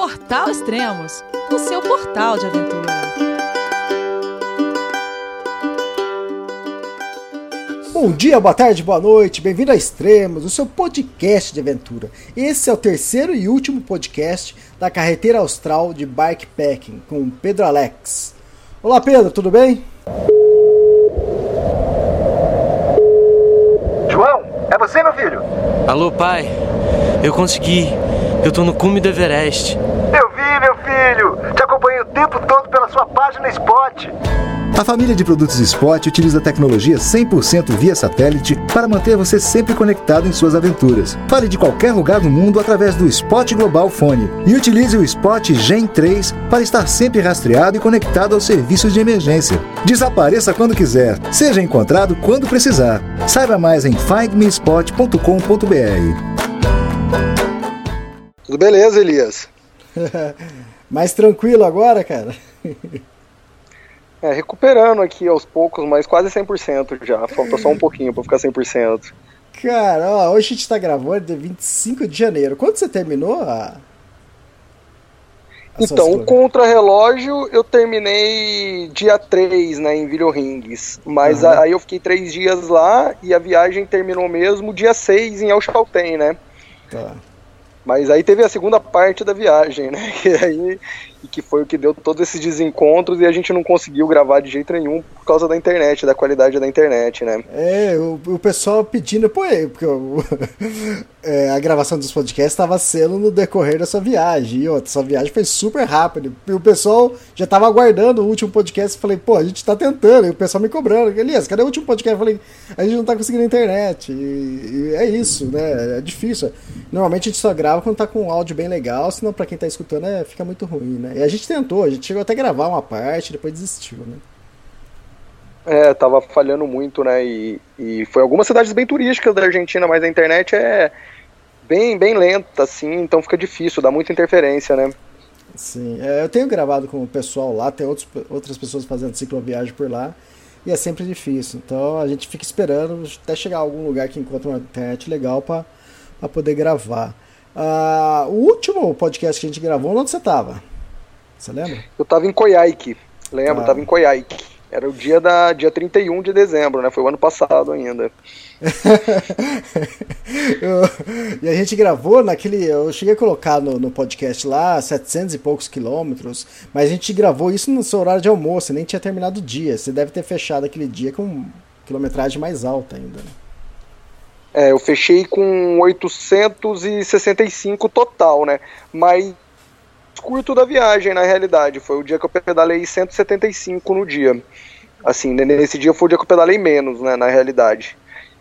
Portal Extremos, o seu portal de aventura. Bom dia, boa tarde, boa noite, bem-vindo a Extremos, o seu podcast de aventura. Esse é o terceiro e último podcast da Carreteira Austral de Bikepacking com Pedro Alex. Olá Pedro, tudo bem? João, é você, meu filho? Alô, pai, eu consegui, eu tô no cume do Everest. Eu vi, meu filho, te acompanhei o tempo todo pela sua página Spot. A família de produtos Spot utiliza tecnologia 100% via satélite para manter você sempre conectado em suas aventuras. Fale de qualquer lugar do mundo através do Spot Global Fone e utilize o Spot Gen 3 para estar sempre rastreado e conectado aos serviços de emergência. Desapareça quando quiser, seja encontrado quando precisar. Saiba mais em findmespot.com.br. Tudo beleza, Elias? Mais tranquilo agora, cara? Recuperando aqui aos poucos, mas quase 100% já. Falta só um pouquinho pra ficar 100%. Cara, ó, hoje a gente tá gravando dia 25 de janeiro. Quando você terminou Então, o contrarrelógio eu terminei dia 3, né, em Vilhorringues. Mas aí eu fiquei 3 dias lá e a viagem terminou mesmo dia 6 em El Chaltén, né? Tá. Mas aí teve a segunda parte da viagem, né? Que foi o que deu todos esses desencontros e a gente não conseguiu gravar de jeito nenhum por causa da internet, da qualidade da internet, né? O pessoal pedindo, porque a gravação dos podcasts estava sendo no decorrer da sua viagem. E outra, sua viagem foi super rápida. E o pessoal já estava aguardando o último podcast. Falei, a gente tá tentando. E o pessoal me cobrando. Elias, cadê o último podcast? Eu falei, a gente não tá conseguindo internet. E é isso, né? É difícil. Normalmente a gente só grava quando tá com um áudio bem legal, senão pra quem tá escutando fica muito ruim, né? E a gente tentou, a gente chegou até a gravar uma parte, depois desistiu, né? Tava falhando muito, né? E foi algumas cidades bem turísticas da Argentina, mas a internet é bem lenta, assim, então fica difícil, dá muita interferência, né? Sim, eu tenho gravado com o pessoal lá, tem outras pessoas fazendo cicloviagem por lá, e é sempre difícil. Então a gente fica esperando até chegar a algum lugar que encontra uma internet legal pra poder gravar. O último podcast que a gente gravou, onde você tava? Você lembra? Eu tava em Coyhaique, lembro, tava em Coyhaique. Era o dia 31 de dezembro, né? Foi o ano passado ainda. E a gente gravou eu cheguei a colocar no podcast lá 700 e poucos quilômetros, mas a gente gravou isso no seu horário de almoço, nem tinha terminado o dia. Você deve ter fechado aquele dia com quilometragem mais alta ainda, né? Eu fechei com 865 total, né? Mas curto da viagem, na realidade. Foi o dia que eu pedalei 175 no dia. Assim, nesse dia foi o dia que eu pedalei menos, né? Na realidade.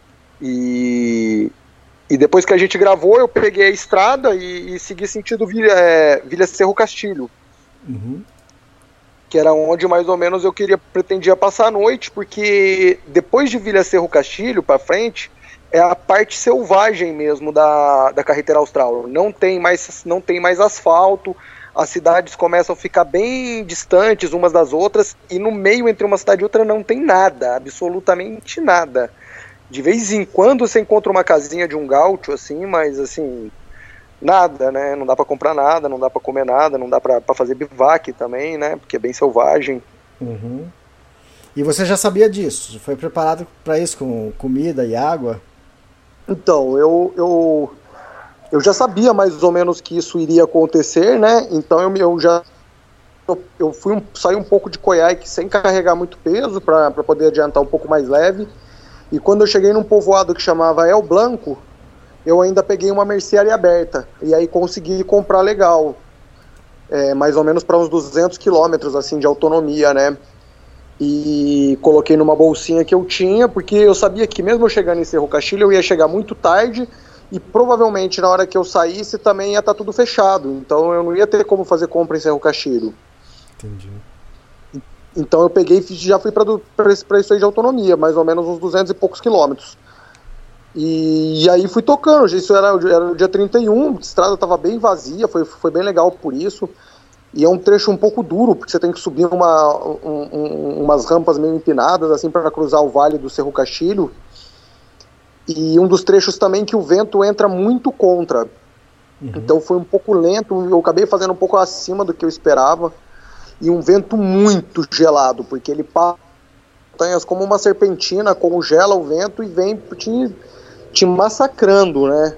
E depois que a gente gravou, eu peguei a estrada e segui sentido Vila Cerro Castilho. Uhum. Que era onde mais ou menos eu pretendia passar a noite, porque depois de Vila Cerro Castilho pra frente é a parte selvagem mesmo da Carreteira Austral. Não tem mais asfalto, as cidades começam a ficar bem distantes umas das outras, e no meio entre uma cidade e outra não tem nada, absolutamente nada. De vez em quando você encontra uma casinha de um gaúcho, assim, mas assim, nada, né? Não dá pra comprar nada, não dá pra comer nada, não dá pra fazer bivac também, né? Porque é bem selvagem. Uhum. E você já sabia disso? Foi preparado para isso com comida e água? Então, eu já sabia mais ou menos que isso iria acontecer, né? Então eu saí um pouco de Coyhaique sem carregar muito peso para poder adiantar um pouco mais leve. E quando eu cheguei num povoado que chamava El Blanco, eu ainda peguei uma mercearia aberta e aí consegui comprar legal, mais ou menos para uns 200 quilômetros assim de autonomia, né? E coloquei numa bolsinha que eu tinha, porque eu sabia que mesmo eu chegando em Cerro Castilho eu ia chegar muito tarde e provavelmente na hora que eu saísse também ia estar tudo fechado, então eu não ia ter como fazer compra em Cerro Castilho. Entendi. Então eu peguei e já fui para isso aí de autonomia, mais ou menos uns 200 e poucos quilômetros. E aí fui tocando, isso era o dia 31, a estrada estava bem vazia, foi bem legal por isso. E é um trecho um pouco duro, porque você tem que subir umas rampas meio empinadas, assim, para cruzar o vale do Cerro Castilho. E um dos trechos também que o vento entra muito contra. Então foi um pouco lento, eu acabei fazendo um pouco acima do que eu esperava, e um vento muito gelado, porque ele passa montanhas como uma serpentina, congela o vento e vem te massacrando, né?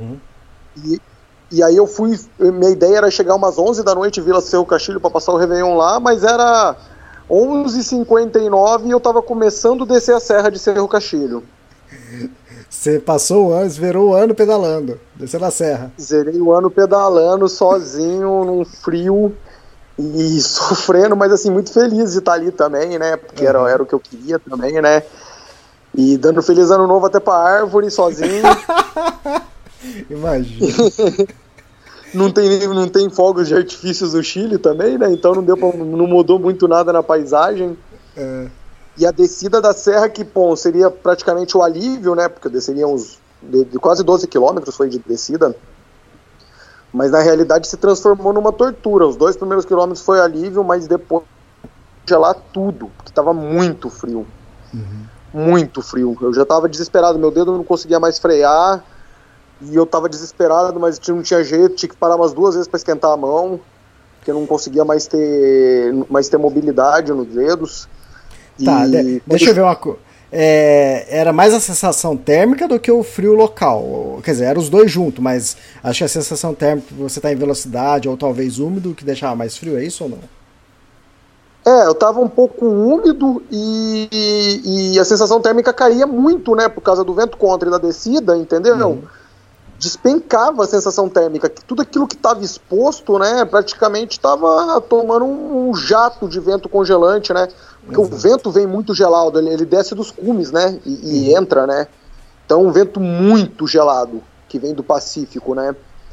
E aí minha ideia era chegar umas 11 da noite em Vila Cerro Castilho para passar o Réveillon lá, mas era 11h59 e eu tava começando a descer a serra de Cerro Castilho. Você passou o ano, zerou o ano pedalando, descendo a serra. Zerei o ano pedalando, sozinho, num frio e sofrendo, mas assim, muito feliz de estar ali também, né? Porque era o que eu queria também, né? E dando feliz ano novo até pra árvore, sozinho. Imagina. Não tem fogos de artifícios no Chile também, né? Então não mudou muito nada na paisagem. E a descida da serra, que, bom, seria praticamente o alívio, né? Porque desceria de quase 12 quilômetros foi de descida. Mas na realidade se transformou numa tortura. Os 2 primeiros quilômetros foi alívio, mas depois gelar tudo, porque estava muito frio. Muito frio. Eu já estava desesperado, meu dedo não conseguia mais frear. E eu estava desesperado, mas não tinha jeito, tinha que parar umas 2 vezes para esquentar a mão, porque eu não conseguia mais ter mobilidade nos dedos. Tá, deixa eu ver uma coisa. Era mais a sensação térmica do que o frio local. Quer dizer, eram os dois juntos, mas acho que a sensação térmica, você tá em velocidade ou talvez úmido, que deixava mais frio, é isso ou não? Eu tava um pouco úmido e a sensação térmica caía muito, né, por causa do vento contra e da descida, entendeu? Despencava a sensação térmica, que tudo aquilo que estava exposto, né, praticamente estava tomando um jato de vento congelante, né, porque o vento vem muito gelado, ele desce dos cumes, né, e entra, né, então um vento muito gelado, que vem do Pacífico, né,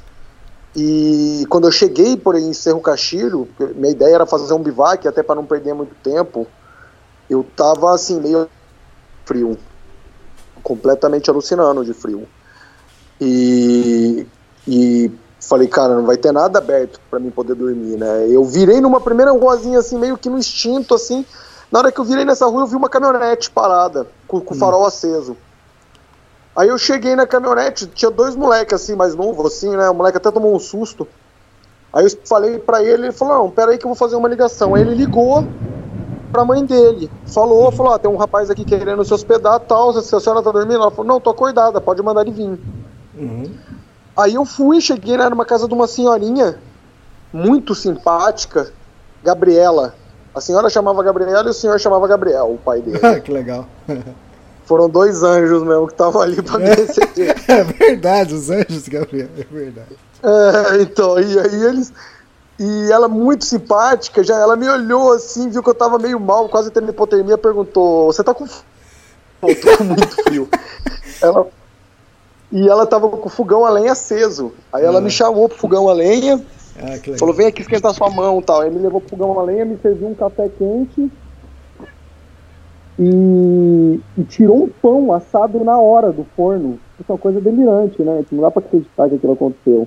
e quando eu cheguei por aí em Cerro Castilho, minha ideia era fazer um bivac, até para não perder muito tempo, eu tava assim, meio frio, completamente alucinando de frio. E falei, cara, não vai ter nada aberto pra mim poder dormir, né? Eu virei numa primeira ruazinha assim, meio que no instinto, assim. Na hora que eu virei nessa rua, eu vi uma caminhonete parada, com o farol aceso. Aí eu cheguei na caminhonete, tinha 2 moleques assim, mais novos, assim, né? O moleque até tomou um susto. Aí eu falei pra ele falou, não, pera aí que eu vou fazer uma ligação. Aí ele ligou pra mãe dele, falou, tem um rapaz aqui querendo se hospedar, tal, se a senhora tá dormindo? Ela falou, não, tô acordada, pode mandar ele vir. Aí eu cheguei, né, numa casa de uma senhorinha muito simpática, Gabriela. A senhora chamava Gabriela e o senhor chamava Gabriel, o pai dele. Que legal. Foram 2 anjos mesmo que estavam ali pra me receber. É verdade, os anjos, Gabriel, é verdade. Então, e aí eles... E ela muito simpática, ela me olhou assim, viu que eu tava meio mal, quase tendo hipotermia, perguntou, você tá com frio? Eu tô com muito frio. E ela tava com o fogão a lenha aceso. Aí ela me chamou pro fogão a lenha, falou, vem aqui esquentar sua mão e tal. Aí me levou pro fogão a lenha, me serviu um café quente e tirou um pão assado na hora do forno. Isso é uma coisa delirante, né? Não dá pra acreditar que aquilo aconteceu.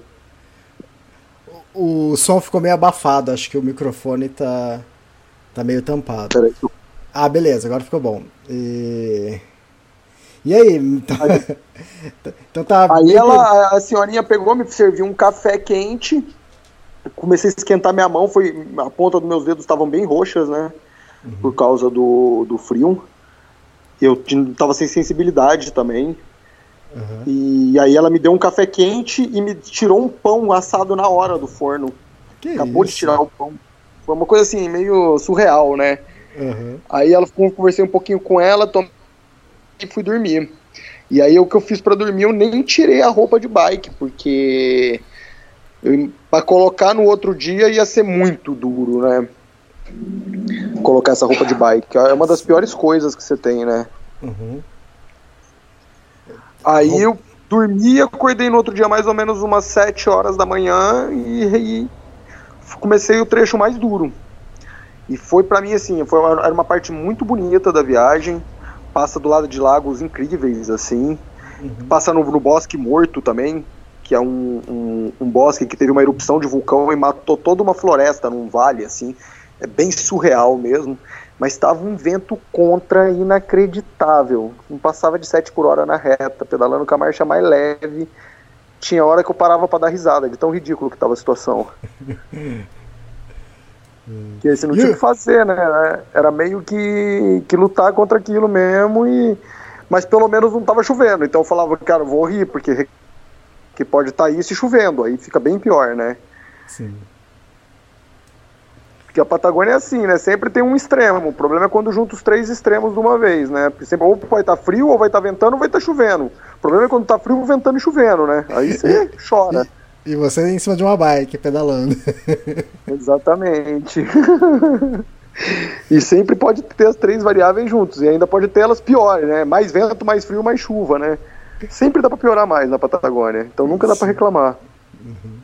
O som ficou meio abafado, acho que o microfone tá meio tampado. Peraí. Beleza, agora ficou bom. E aí? Então tá. Aí a senhorinha pegou, me serviu um café quente, comecei a esquentar minha mão, a ponta dos meus dedos estavam bem roxas, né? Por causa do frio. Eu tava sem sensibilidade também. E aí ela me deu um café quente e me tirou um pão assado na hora do forno. Acabou de tirar o pão. Foi uma coisa assim, meio surreal, né? Aí conversei um pouquinho com ela, e fui dormir. E aí o que eu fiz pra dormir, eu nem tirei a roupa de bike, porque pra colocar no outro dia ia ser muito duro, né? Colocar essa roupa de bike. É uma das piores coisas que você tem, né? Aí eu dormi e acordei no outro dia mais ou menos umas 7 horas da manhã e comecei o trecho mais duro. E foi pra mim assim, era uma parte muito bonita da viagem, passa do lado de lagos incríveis assim, passa no Bosque Morto também, que é um bosque que teve uma erupção de vulcão e matou toda uma floresta num vale assim, é bem surreal mesmo. Mas estava um vento contra inacreditável. Não passava de 7 por hora na reta, pedalando com a marcha mais leve. tinha hora que eu parava pra dar risada, de tão ridículo que tava a situação. Que você não tinha o que fazer, né? Era meio que lutar contra aquilo mesmo, mas pelo menos não tava chovendo. Então eu falava, cara, eu vou rir, porque que pode estar isso e chovendo, aí fica bem pior, né? Sim. Porque a Patagônia é assim, né? Sempre tem um extremo. O problema é quando junta os 3 extremos de uma vez, né? Porque sempre ou vai estar frio, ou vai estar ventando, ou vai estar chovendo. O problema é quando tá frio, ventando e chovendo, né? Aí você chora. E você em cima de uma bike, pedalando. Exatamente. E sempre pode ter as 3 variáveis juntos. E ainda pode ter elas piores, né? Mais vento, mais frio, mais chuva, né? Sempre dá pra piorar mais na Patagônia. Então nunca dá pra reclamar. Uhum.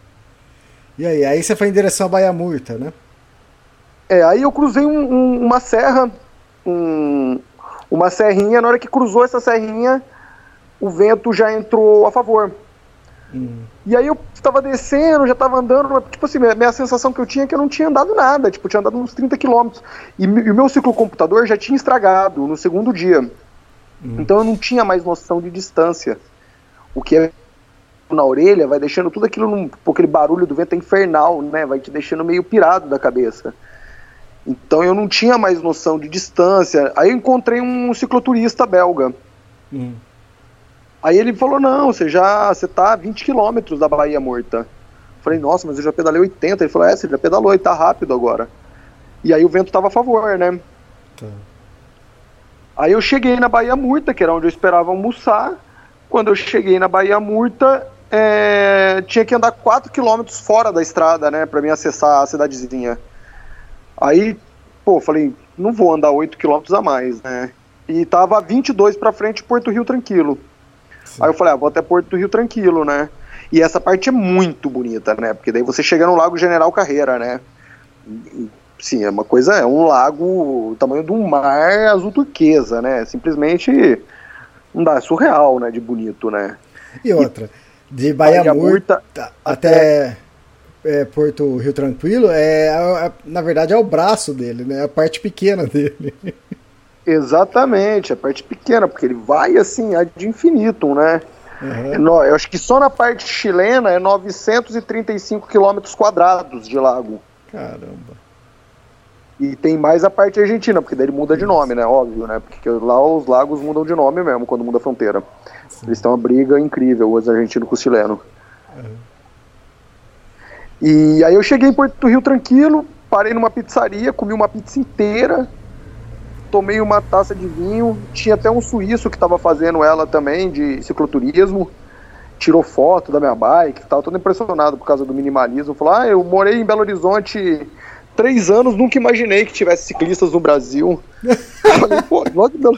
E aí você foi em direção à Baía Murta, né? Aí eu cruzei uma serra, uma serrinha. Na hora que cruzou essa serrinha, o vento já entrou a favor. E aí eu tava descendo, já tava andando, tipo assim, minha sensação que eu tinha é que eu não tinha andado nada, tipo, eu tinha andado uns 30 quilômetros. E o meu ciclocomputador já tinha estragado no segundo dia. Então eu não tinha mais noção de distância. O que é na orelha vai deixando tudo aquilo, aquele barulho do vento é infernal, né? Vai te deixando meio pirado da cabeça. Então eu não tinha mais noção de distância. Aí eu encontrei um cicloturista belga. Aí ele falou, não, você tá a 20 quilômetros da Baía Murta. Falei, nossa, mas eu já pedalei 80. Ele falou, você já pedalou e tá rápido agora. E aí o vento tava a favor, né? Tá. Aí eu cheguei na Baía Murta, que era onde eu esperava almoçar. Quando eu cheguei na Baía Murta, tinha que andar 4 quilômetros fora da estrada, né, pra mim acessar a cidadezinha. Aí, falei, não vou andar 8 quilômetros a mais, né? E tava 22 pra frente, Porto Rio Tranquilo. Sim. Aí eu falei, vou até Porto Rio Tranquilo, né? E essa parte é muito bonita, né? Porque daí você chega no Lago General Carreira, né? Sim, é uma coisa, é um lago, o tamanho de um mar azul turquesa, né? Simplesmente, não dá, é surreal, né? De bonito, né? E outra, de Baía Murta até Porto Rio Tranquilo, na verdade é o braço dele, né? A parte pequena dele. Exatamente, a parte pequena, porque ele vai assim, de infinito, né? Eu acho que só na parte chilena é 935 quilômetros quadrados de lago. Caramba. E tem mais a parte argentina, porque daí ele muda de nome, né? Óbvio, né? Porque lá os lagos mudam de nome mesmo quando muda a fronteira. Sim. Eles têm uma briga incrível, os argentinos com os chilenos. E aí eu cheguei em Porto Rio Tranquilo, parei numa pizzaria, comi uma pizza inteira, tomei uma taça de vinho, tinha até um suíço que estava fazendo ela também, de cicloturismo, tirou foto da minha bike e tal, todo impressionado por causa do minimalismo. Falou, eu morei em Belo Horizonte 3 anos, nunca imaginei que tivesse ciclistas no Brasil. Falei, logo Belo...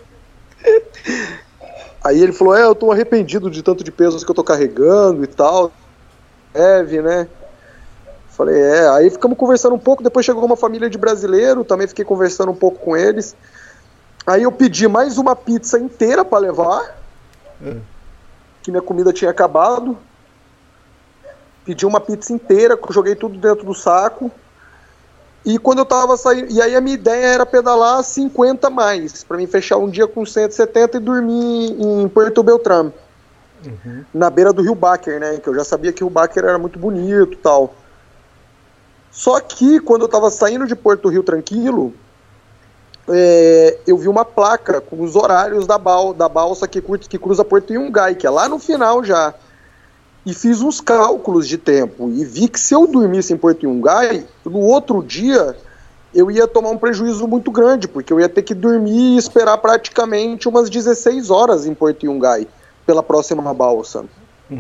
Aí ele falou, eu tô arrependido de tanto de pesos que eu tô carregando e tal, né? Falei, aí ficamos conversando um pouco, depois chegou uma família de brasileiro, também fiquei conversando um pouco com eles. Aí eu pedi mais uma pizza inteira pra levar, que minha comida tinha acabado. Pedi uma pizza inteira, joguei tudo dentro do saco. E quando eu tava saindo, e aí a minha ideia era pedalar 50 mais, pra mim fechar um dia com 170 e dormir em Puerto Beltrán, na beira do Rio Báquer, né, que eu já sabia que o Rio Báquer era muito bonito e tal. Só que quando eu tava saindo de Porto Rio Tranquilo, eu vi uma placa com os horários da balsa que cruza Porto Yungay, que é lá no final já. E fiz uns cálculos de tempo e vi que se eu dormisse em Porto Yungay, no outro dia eu ia tomar um prejuízo muito grande, porque eu ia ter que dormir e esperar praticamente umas 16 horas em Porto Yungay pela próxima balsa. E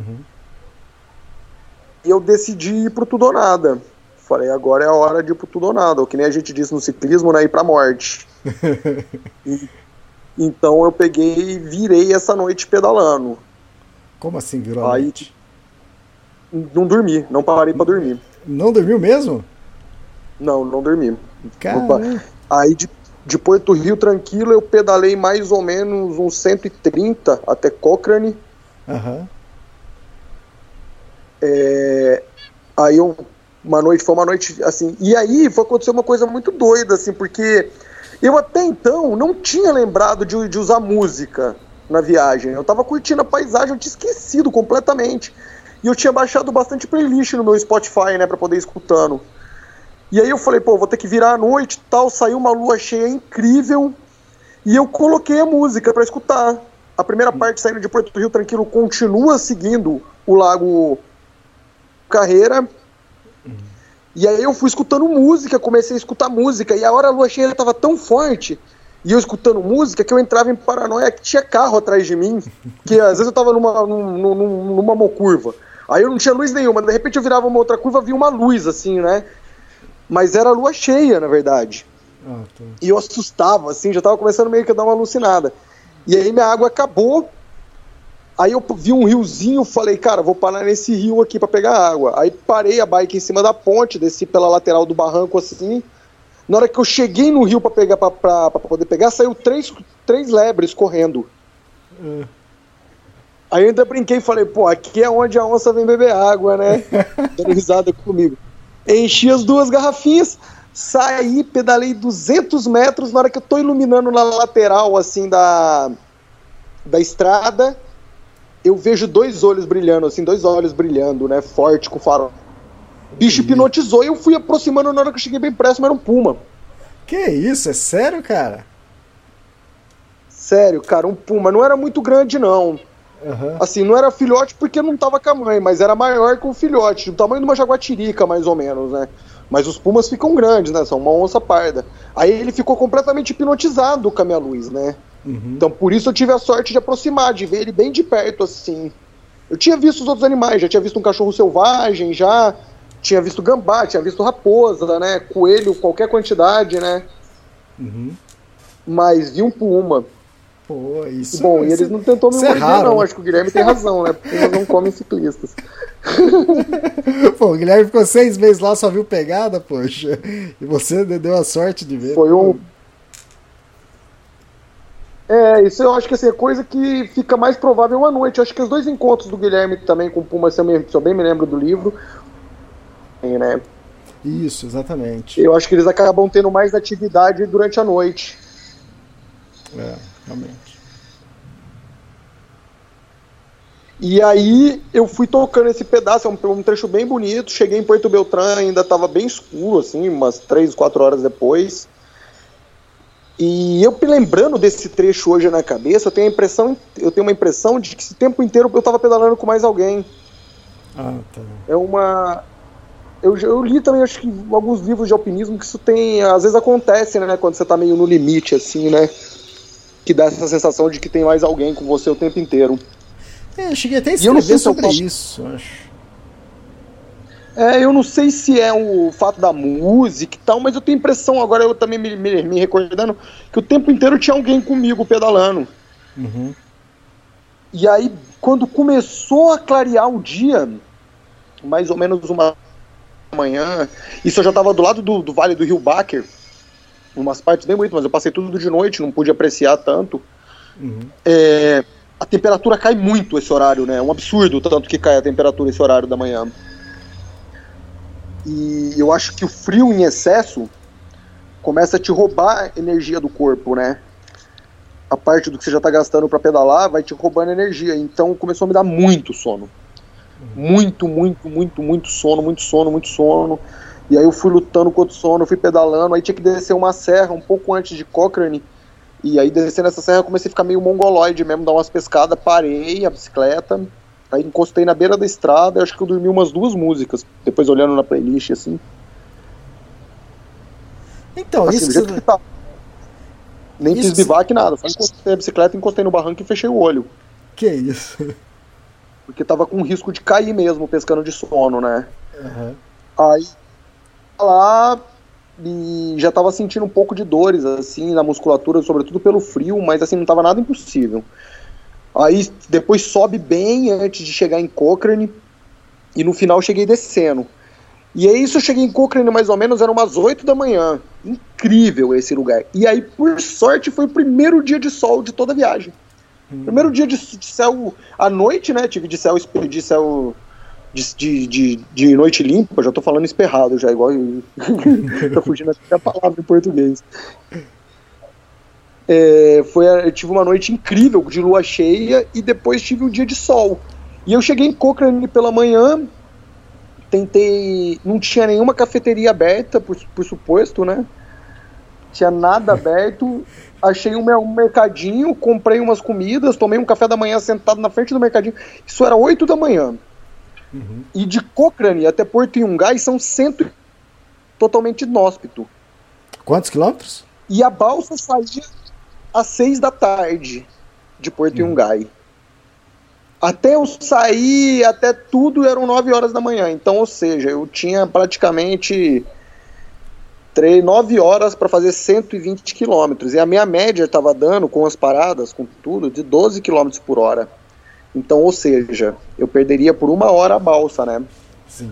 eu decidi ir pro tudo ou nada. Falei, agora é a hora de ir pro tudo ou nada, ou que nem a gente diz no ciclismo, né, ir pra morte. Então eu peguei e virei essa noite pedalando. Como assim virou a noite? Não dormi, não parei pra dormir. Não dormiu mesmo? Não dormi. Caramba. Aí de Porto Rio Tranquilo eu pedalei mais ou menos uns 130 até Cochrane. Aí foi uma noite assim, e aí aconteceu uma coisa muito doida, assim, porque eu até então não tinha lembrado de usar música na viagem. Eu tava curtindo a paisagem, eu tinha esquecido completamente. E eu tinha baixado bastante playlist no meu Spotify, né, pra poder ir escutando. E aí eu falei, pô, vou ter que virar à noite e tal, saiu uma lua cheia incrível, e eu coloquei a música pra escutar. A primeira parte, saindo de Porto Rio Tranquilo, continua seguindo o Lago Carreira. E aí eu fui escutando música, comecei a escutar música, e a hora a lua cheia tava tão forte, e eu escutando música, que eu entrava em paranoia que tinha carro atrás de mim, que às vezes eu tava numa mocurva. Aí eu não tinha luz nenhuma, de repente eu virava uma outra curva, via uma luz, assim, né? Mas era a lua cheia, na verdade. Tá. E eu assustava, assim, já tava começando meio que a dar uma alucinada. E aí minha água acabou, aí eu vi um riozinho, falei, cara, vou parar nesse rio aqui pra pegar água. Aí parei a bike em cima da ponte, desci pela lateral do barranco, assim. Na hora que eu cheguei no rio pra pegar, pra poder pegar, saiu três lebres correndo. Aí eu ainda brinquei e falei, pô, aqui é onde a onça vem beber água, né? Dando risada comigo. Enchi as 2 garrafinhas, saí, pedalei 200 metros, na hora que eu tô iluminando na lateral, assim, da estrada, eu vejo 2 olhos brilhando, assim, 2 olhos brilhando, né, forte, com farol. O bicho hipnotizou e eu fui aproximando, na hora que eu cheguei bem próximo, era um puma. Que isso, é sério, cara? Sério, cara, um puma, não era muito grande, não. Assim, não era filhote porque não tava com a mãe, mas era maior que o filhote, do tamanho de uma jaguatirica, mais ou menos, né? Mas os pumas ficam grandes, né? São uma onça parda. Aí ele ficou completamente hipnotizado com a minha luz, né? Então por isso eu tive a sorte de aproximar, de ver ele bem de perto, assim. Eu tinha visto os outros animais, já tinha visto um cachorro selvagem, já tinha visto gambá, tinha visto raposa, né? Coelho, qualquer quantidade, né? Mas vi um puma. Pô, isso. Bom, e eles não tentou me morder, raro, não. né? Acho que o Guilherme tem razão, né? Porque eles não comem ciclistas. Pô, o Guilherme ficou 6 meses lá, só viu pegada, poxa. E você deu a sorte de ver. Foi um... isso eu acho que assim, é coisa que fica mais provável à noite. Eu acho que os 2 encontros do Guilherme também com o Puma, se eu bem me lembro do livro, né? Isso, exatamente. Eu acho que eles acabam tendo mais atividade durante a noite. Realmente. E aí eu fui tocando esse pedaço, é um trecho bem bonito. Cheguei em Porto Beltrán, ainda estava bem escuro, assim, umas 3, 4 horas depois. E eu me lembrando desse trecho hoje na cabeça, eu tenho uma impressão de que esse tempo inteiro eu estava pedalando com mais alguém. Tá. Eu li também, acho que alguns livros de alpinismo, que isso tem, às vezes acontece, né, quando você tá meio no limite, assim, né, que dá essa sensação de que tem mais alguém com você o tempo inteiro. Eu cheguei até a escrever sobre isso, acho. Eu não sei se é o fato da música e tal, mas eu tenho a impressão, agora eu também me recordando, que o tempo inteiro tinha alguém comigo pedalando. E aí, quando começou a clarear o dia, mais ou menos uma manhã, isso eu já estava do lado do vale do Rio Baker, umas partes bem bonitas, mas eu passei tudo de noite, não pude apreciar tanto. A temperatura cai muito esse horário, né? É um absurdo o tanto que cai a temperatura esse horário da manhã. E eu acho que o frio em excesso começa a te roubar energia do corpo, né? A parte do que você já está gastando para pedalar vai te roubando energia. Então começou a me dar muito sono. Muito sono. E aí eu fui lutando contra o sono, fui pedalando, aí tinha que descer uma serra um pouco antes de Cochrane. E aí descendo essa serra eu comecei a ficar meio mongoloide mesmo, dar umas pescadas, parei a bicicleta, aí encostei na beira da estrada, acho que eu dormi umas 2 músicas, depois olhando na playlist, assim. Então, assim, isso... do jeito que tá. Nem fiz bivac, nada, só encostei a bicicleta, encostei no barranco e fechei o olho. Que isso? Porque tava com risco de cair mesmo, pescando de sono, né? Aí, lá... E já tava sentindo um pouco de dores, assim, na musculatura, sobretudo pelo frio, mas assim, não tava nada impossível. Aí depois sobe bem antes de chegar em Cochrane, e no final cheguei descendo. E aí isso eu cheguei em Cochrane mais ou menos, eram umas 8 da manhã. Incrível esse lugar. E aí, por sorte, foi o primeiro dia de sol de toda a viagem. Primeiro dia de céu à noite, né, tive de céu de noite limpa, já tô falando esperrado já, igual tá fugindo até a palavra em português. Eu tive uma noite incrível de lua cheia e depois tive um dia de sol. E eu cheguei em Cochrane pela manhã, não tinha nenhuma cafeteria aberta, por suposto, né? Tinha nada aberto. Achei um mercadinho, comprei umas comidas, tomei um café da manhã sentado na frente do mercadinho. Isso era 8 da manhã. Uhum. E de Cochrane até Porto Yungay são totalmente inóspito. Quantos quilômetros? E a balsa saía às 6 da tarde de Porto Yungay. Até eu sair, até tudo, eram 9 horas da manhã. Então, ou seja, eu tinha praticamente 9 horas para fazer 120 quilômetros. E a minha média estava dando, com as paradas, com tudo, de 12 quilômetros por hora. Então, ou seja, eu perderia por 1 hora a balsa, né? Sim.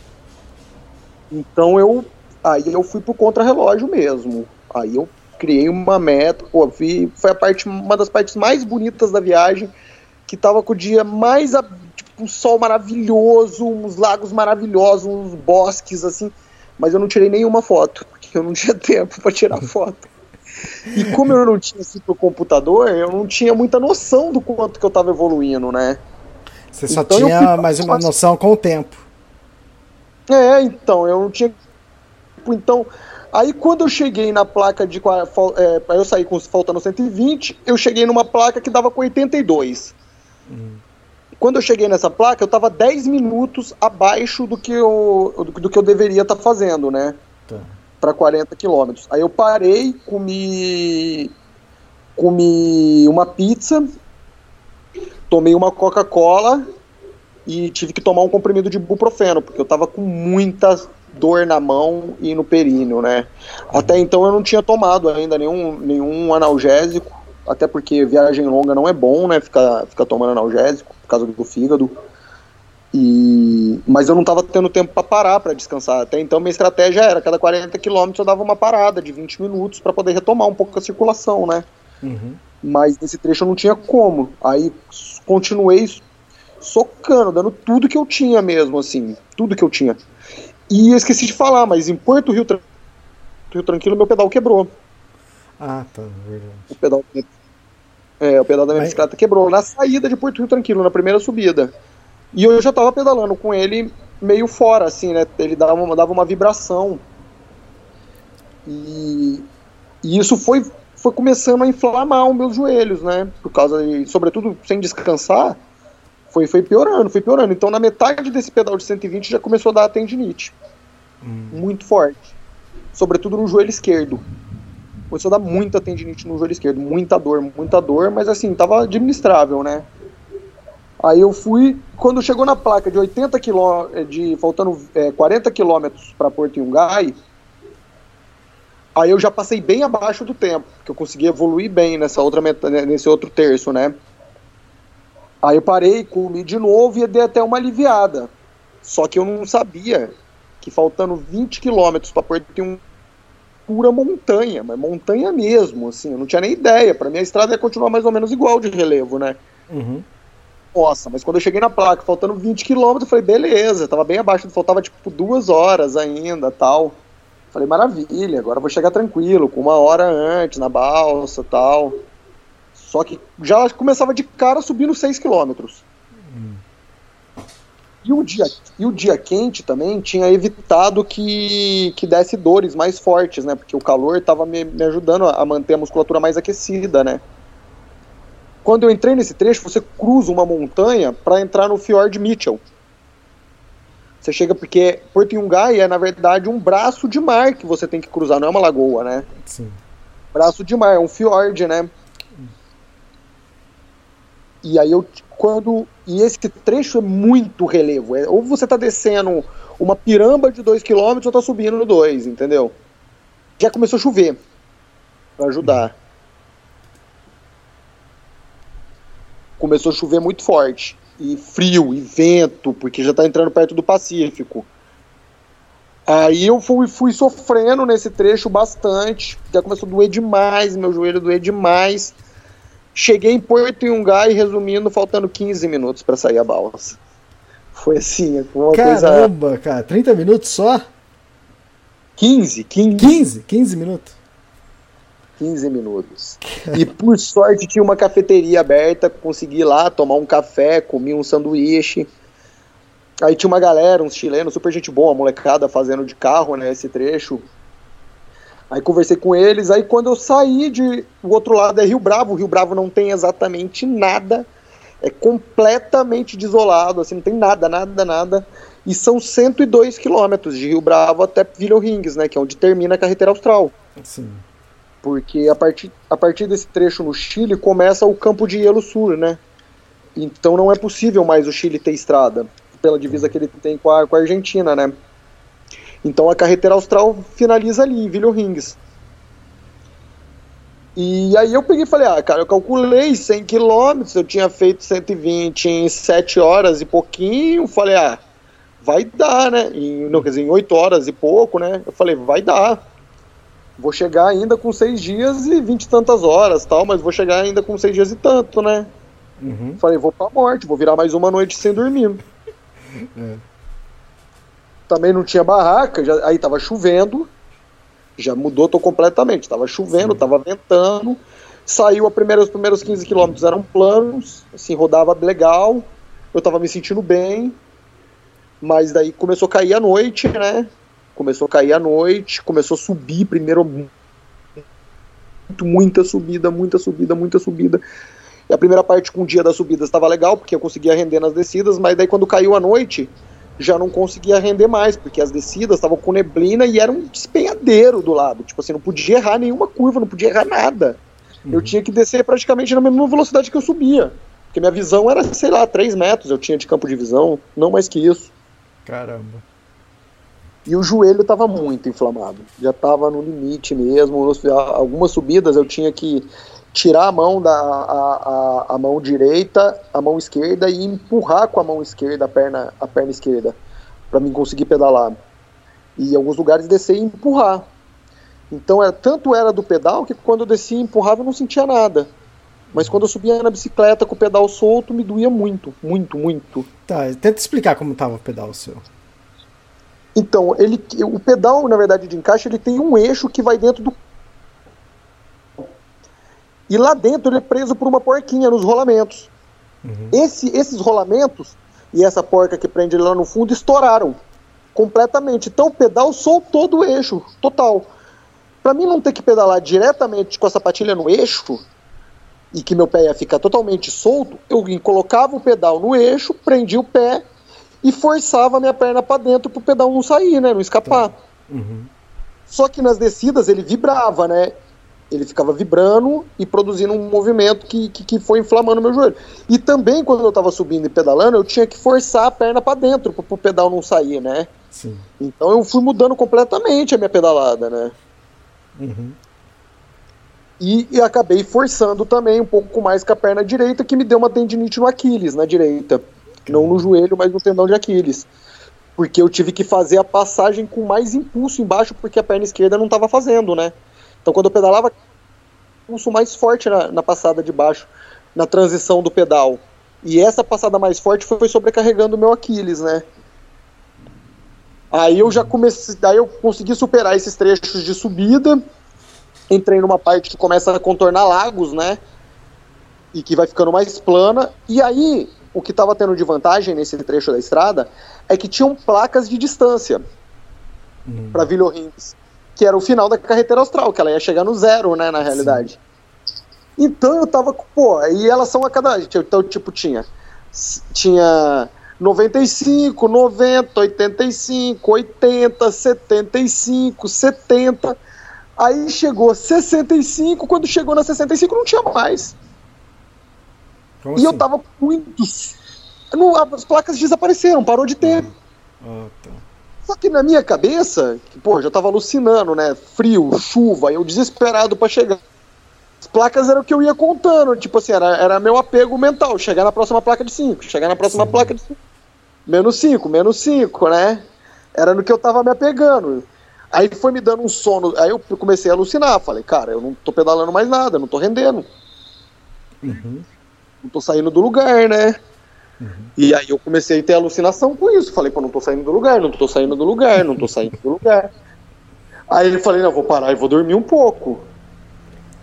Então, aí eu fui pro contrarrelógio mesmo. Aí eu criei uma meta, foi uma das partes mais bonitas da viagem, que tava com o dia mais, tipo, um sol maravilhoso, uns lagos maravilhosos, uns bosques, assim, mas eu não tirei nenhuma foto, porque eu não tinha tempo para tirar foto. E como eu não tinha sido pro computador, eu não tinha muita noção do quanto que eu tava evoluindo, né? Você só tinha mais uma noção com o tempo. Então, eu não tinha... Então, aí quando eu cheguei na placa de... eu saí faltando 120, eu cheguei numa placa que dava com 82. Quando eu cheguei nessa placa, eu tava 10 minutos abaixo do que eu deveria estar fazendo, né? Tá. Para 40 quilômetros. Aí eu parei, comi uma pizza, tomei uma Coca-Cola e tive que tomar um comprimido de ibuprofeno, porque eu tava com muita dor na mão e no períneo, né? Até então eu não tinha tomado ainda nenhum analgésico, até porque viagem longa não é bom, né? Ficar tomando analgésico por causa do fígado. Mas eu não estava tendo tempo para parar, para descansar. Até então minha estratégia era, cada 40 quilômetros eu dava uma parada de 20 minutos para poder retomar um pouco a circulação, né? Uhum. Mas nesse trecho eu não tinha como. Aí continuei socando, dando tudo que eu tinha mesmo, assim, tudo que eu tinha. E eu esqueci de falar, mas em Porto Rio Tranquilo meu pedal quebrou. Ah, tá, verdade. O pedal da minha bicicleta quebrou na saída de Porto Rio Tranquilo, na primeira subida. E eu já tava pedalando com ele meio fora, assim, né? Ele dava uma vibração. E isso foi começando a inflamar os meus joelhos, né? Por causa de, sobretudo, sem descansar, foi piorando. Então, na metade desse pedal de 120 já começou a dar tendinite. Muito forte. Sobretudo no joelho esquerdo. Começou a dar muita tendinite no joelho esquerdo. Muita dor, mas assim, tava administrável, né? Aí eu fui, quando chegou na placa de 80 km, faltando 40 quilômetros para Porto Yungay, aí eu já passei bem abaixo do tempo, que eu consegui evoluir bem nesse outro terço, né? Aí eu parei, comi de novo e dei até uma aliviada. Só que eu não sabia que faltando 20 quilômetros para Porto Yungay, pura montanha, mas montanha mesmo, assim, eu não tinha nem ideia. Para mim a estrada ia continuar mais ou menos igual de relevo, né? Uhum. Nossa, mas quando eu cheguei na placa, faltando 20 km, eu falei, beleza, tava bem abaixo, faltava tipo 2 horas ainda, tal. Falei, maravilha, agora eu vou chegar tranquilo, com 1 hora antes, na balsa, tal. Só que já começava de cara subindo 6 km. E o dia quente também tinha evitado que desse dores mais fortes, né? Porque o calor tava me ajudando a manter a musculatura mais aquecida, né? Quando eu entrei nesse trecho, você cruza uma montanha para entrar no Fjord Mitchell. Você chega, porque Porto Yungay é, na verdade, um braço de mar que você tem que cruzar, não é uma lagoa, né? Sim. Braço de mar, é um fjord, né? E aí e esse trecho é muito relevo. Ou você tá descendo uma piramba de 2 km ou tá subindo no 2, entendeu? Já começou a chover para ajudar. Começou a chover muito forte, e frio, e vento, porque já tá entrando perto do Pacífico. Aí eu fui sofrendo nesse trecho bastante, já começou a doer demais, meu joelho doer demais. Cheguei em Porto Yungay, resumindo, faltando 15 minutos para sair a balsa. Foi assim, foi uma Caramba, cara, 30 minutos só? 15 minutos? 15 minutos. E por sorte tinha uma cafeteria aberta, consegui ir lá tomar um café, comi um sanduíche. Aí tinha uma galera, uns chilenos, super gente boa, molecada fazendo de carro, né, esse trecho. Aí conversei com eles, aí quando eu saí o outro lado é Rio Bravo. O Rio Bravo não tem exatamente nada, é completamente desolado, assim, não tem nada. E são 102 quilômetros de Rio Bravo até Villorrings, né, que é onde termina a carretera austral. Sim. Porque a partir desse trecho no Chile começa o Campo de Hielo Sur, né? Então não é possível mais o Chile ter estrada, pela divisa que ele tem com a Argentina, né? Então a carretera austral finaliza ali, em Villorrings. E aí eu peguei e falei, cara, eu calculei 100 km, eu tinha feito 120 em 7 horas e pouquinho, falei, vai dar, né? Em 8 horas e pouco, né? Eu falei, vai dar. Vou chegar ainda com 6 dias e 20 e tantas horas, tal, mas vou chegar ainda com 6 dias e tanto, né? Uhum. Falei, vou pra morte, vou virar mais uma noite sem dormir. Também não tinha barraca, aí tava chovendo, já mudou completamente, tava chovendo, tava ventando, saiu os primeiros 15 quilômetros eram planos, assim, rodava legal, eu tava me sentindo bem, mas daí começou a cair a noite, né? Começou a subir primeiro, muita subida. E a primeira parte com o dia das subidas estava legal, porque eu conseguia render nas descidas, mas daí quando caiu a noite, já não conseguia render mais, porque as descidas estavam com neblina e era um despenhadeiro do lado. Tipo assim, não podia errar nenhuma curva, não podia errar nada. Eu tinha que descer praticamente na mesma velocidade que eu subia, porque minha visão era, 3 metros eu tinha de campo de visão, não mais que isso. Caramba. E o joelho estava muito inflamado, já estava no limite mesmo. Algumas subidas eu tinha que tirar a mão a mão direita, a mão esquerda e empurrar com a mão esquerda a perna esquerda para mim conseguir pedalar. E em alguns lugares descer e empurrar. Então tanto era do pedal que quando eu descia e empurrava eu não sentia nada. Mas quando eu subia na bicicleta com o pedal solto me doía muito. Tá, tenta explicar como estava o pedal seu. Então, o pedal, na verdade, de encaixe, ele tem um eixo que vai dentro do... E lá dentro ele é preso por uma porquinha nos rolamentos. Esses rolamentos e essa porca que prende ele lá no fundo estouraram completamente. Então o pedal soltou do eixo, total. Para mim não ter que pedalar diretamente com a sapatilha no eixo e que meu pé ia ficar totalmente solto, eu colocava o pedal no eixo, prendia o pé e forçava a minha perna para dentro pro pedal não sair, né, não escapar. Só que nas descidas ele vibrava, né? Ele ficava vibrando e produzindo um movimento que foi inflamando meu joelho. E também quando eu estava subindo e pedalando, eu tinha que forçar a perna para dentro para o pedal não sair, né? Sim. Então eu fui mudando completamente a minha pedalada, né? E acabei forçando também um pouco mais com a perna direita, que me deu uma tendinite no Aquiles, na direita. Não no joelho, mas no tendão de Aquiles. Porque eu tive que fazer a passagem com mais impulso embaixo, porque a perna esquerda não estava fazendo, né? Então quando eu pedalava, impulso mais forte na passada de baixo, na transição do pedal. E essa passada mais forte foi sobrecarregando o meu Aquiles, né? Aí eu consegui superar esses trechos de subida, entrei numa parte que começa a contornar lagos, né? E que vai ficando mais plana. E aí, o que estava tendo de vantagem nesse trecho da estrada é que tinham placas de distância para Villorrings, que era o final da carretera austral, que ela ia chegar no zero, né, na realidade. Sim. Então eu tava, e elas são a cada... Então, tipo, tinha 95, 90, 85, 80, 75, 70... Aí chegou 65, quando chegou na 65 não tinha mais. Como e assim? Eu tava muito... As placas desapareceram, parou de ter. Tá. Só que na minha cabeça, já tava alucinando, né? Frio, chuva, eu desesperado pra chegar. As placas eram o que eu ia contando, tipo assim, era meu apego mental, chegar na próxima placa de 5, chegar na próxima placa de 5. Menos 5, né? Era no que eu tava me apegando. Aí foi me dando um sono, aí eu comecei a alucinar, falei, cara, eu não tô pedalando mais nada, não tô rendendo. Não tô saindo do lugar, né? E aí eu comecei a ter alucinação com isso, falei, não tô saindo do lugar. Aí eu falei, não, vou parar e vou dormir um pouco.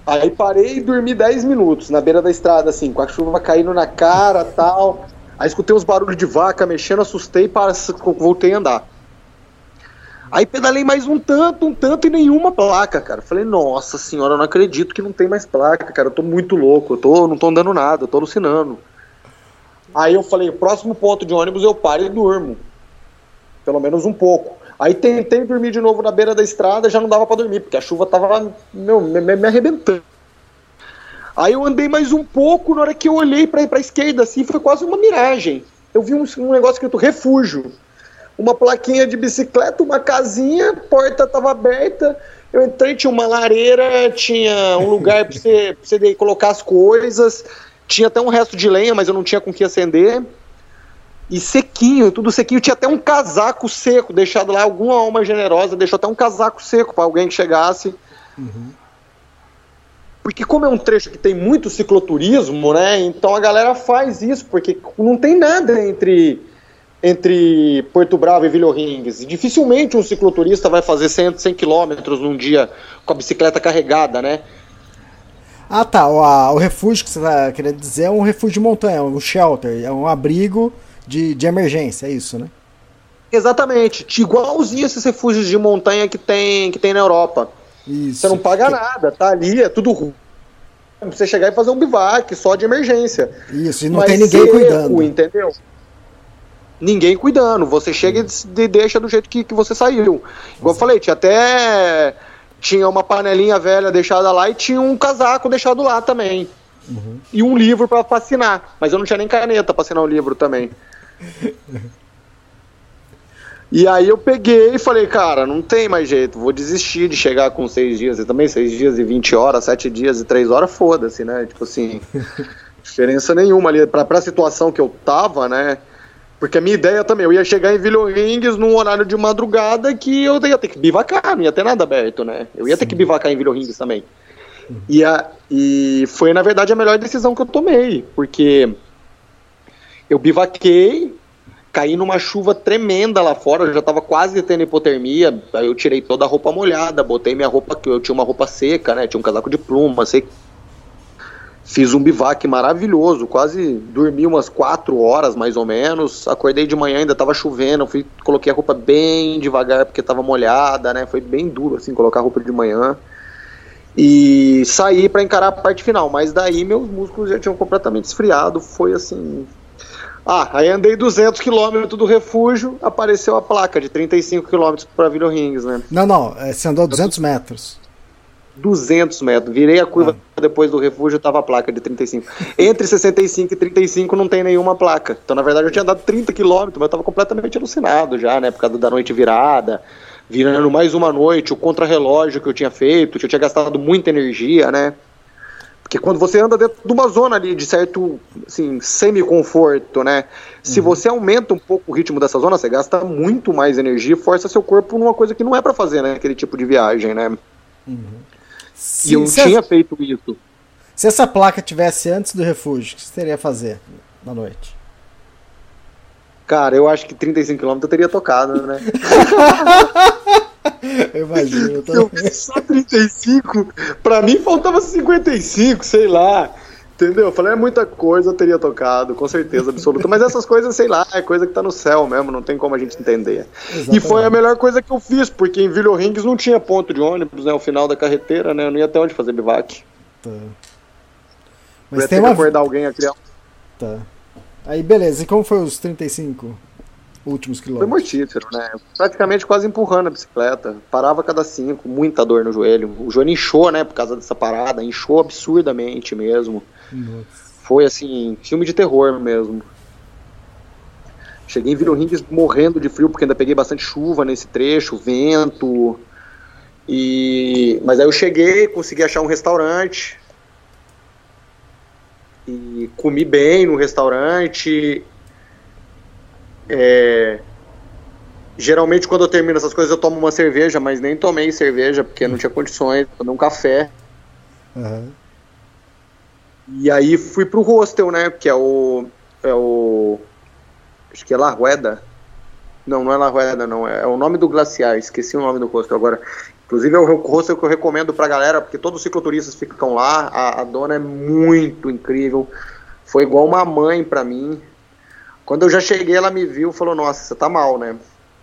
Aí parei e dormi 10 minutos na beira da estrada, assim, com a chuva caindo na cara e tal. Aí escutei uns barulhos de vaca mexendo, assustei e voltei a andar. Aí pedalei mais um tanto e nenhuma placa, cara. Falei, nossa senhora, eu não acredito que não tem mais placa, cara. Eu tô muito louco, não tô andando nada, eu tô alucinando. Aí eu falei, o próximo ponto de ônibus eu paro e durmo. Pelo menos um pouco. Aí tentei dormir de novo na beira da estrada, já não dava pra dormir, porque a chuva tava me arrebentando. Aí eu andei mais um pouco, na hora que eu olhei pra esquerda, assim, foi quase uma miragem. Eu vi um negócio escrito refúgio. Uma plaquinha de bicicleta, uma casinha, a porta tava aberta. Eu entrei, tinha uma lareira, tinha um lugar pra você colocar as coisas. Tinha até um resto de lenha, mas eu não tinha com que acender. E sequinho, tudo sequinho. Tinha até um casaco seco deixado lá. Alguma alma generosa deixou até um casaco seco para alguém que chegasse. Uhum. Porque como é um trecho que tem muito cicloturismo, né? Então a galera faz isso, porque não tem nada entre Porto Bravo e Vila O'Rings. E dificilmente um cicloturista vai fazer 100 km num dia com a bicicleta carregada, né? Ah, tá. O refúgio que você tá querendo dizer é um refúgio de montanha, um shelter, é um abrigo de emergência, é isso, né? Exatamente. Igualzinho esses refúgios de montanha que tem na Europa. Isso. Você não paga nada, tá ali, é tudo ruim. Você chegar e fazer um bivac só de emergência. Isso, e não tem ninguém cuidando. Entendeu? Ninguém cuidando. Você chega e deixa do jeito que você saiu. Igual eu falei, tinha uma panelinha velha deixada lá e tinha um casaco deixado lá também. Uhum. E um livro pra assinar. Mas eu não tinha nem caneta pra assinar o livro também. E aí eu peguei e falei, cara, não tem mais jeito, vou desistir de chegar com 6 dias. E também 6 dias e 20 horas, 7 dias e 3 horas, foda-se, né? Tipo assim, diferença nenhuma ali pra situação que eu tava, né? Porque a minha ideia também, eu ia chegar em Vila O'Rings num horário de madrugada que eu ia ter que bivacar, não ia ter nada aberto, né? Eu ia ter que bivacar em Vila O'Rings também. E foi, na verdade, a melhor decisão que eu tomei, porque eu bivaquei, caí numa chuva tremenda lá fora, eu já tava quase tendo hipotermia, aí eu tirei toda a roupa molhada, botei minha roupa, eu tinha uma roupa seca, né? Tinha um casaco de pluma, seca. Fiz um bivac maravilhoso, quase dormi umas 4 horas mais ou menos, acordei de manhã, ainda tava chovendo, coloquei a roupa bem devagar porque tava molhada, né, foi bem duro assim, colocar a roupa de manhã, e saí pra encarar a parte final, mas daí meus músculos já tinham completamente esfriado, foi assim... aí andei 200 km do refúgio, apareceu a placa de 35 km pra Vila O'Rings, né. Não, você andou 200 metros. 200 metros, virei a curva depois do refúgio, tava a placa de 35. Entre 65 e 35 não tem nenhuma placa. Então, na verdade, eu tinha dado 30 km, mas eu tava completamente alucinado já, né? Por causa da noite virada, virando mais uma noite, o contrarrelógio que eu tinha feito, que eu tinha gastado muita energia, né? Porque quando você anda dentro de uma zona ali de certo, assim, semi-conforto, né? Se você aumenta um pouco o ritmo dessa zona, você gasta muito mais energia e força seu corpo numa coisa que não é pra fazer, né? Aquele tipo de viagem, né? E eu tinha feito isso. Se essa placa tivesse antes do refúgio, o que você teria a fazer na noite? Cara, eu acho que 35 km eu teria tocado, né? Eu imagino. Eu fiz só 35, pra mim faltava 55, sei lá. Entendeu? Eu falei, é muita coisa, eu teria tocado, com certeza absoluta. Mas essas coisas, sei lá, é coisa que tá no céu mesmo, não tem como a gente entender. Exatamente. E foi a melhor coisa que eu fiz, porque em Vila O'Rings não tinha ponto de ônibus, né? O final da carreteira, né? Eu não ia até onde fazer bivac. Tá. Mas eu ia ter que acordar alguém a criar. Tá. Aí, beleza. E como foi os 35 últimos quilômetros? Foi mortífero, né? Praticamente quase empurrando a bicicleta. Parava a cada 5, muita dor no joelho. O joelho inchou, né? Por causa dessa parada. Inchou absurdamente mesmo. Nossa. Foi assim, filme de terror mesmo. Cheguei em Vila O'Rings morrendo de frio, porque ainda peguei bastante chuva nesse trecho, vento. Mas aí eu cheguei, consegui achar um restaurante. E comi bem no restaurante. Geralmente quando eu termino essas coisas eu tomo uma cerveja, mas nem tomei cerveja porque não tinha condições, tomei um café. E aí fui pro hostel, né, que é o acho que é La Rueda. Não é La Rueda, não, é o nome do glaciar, esqueci o nome do hostel agora, Inclusive é o hostel que eu recomendo pra galera, porque todos os cicloturistas ficam lá, a dona é muito incrível, foi igual uma mãe pra mim. Quando eu já cheguei, ela me viu e falou, nossa, você tá mal, né?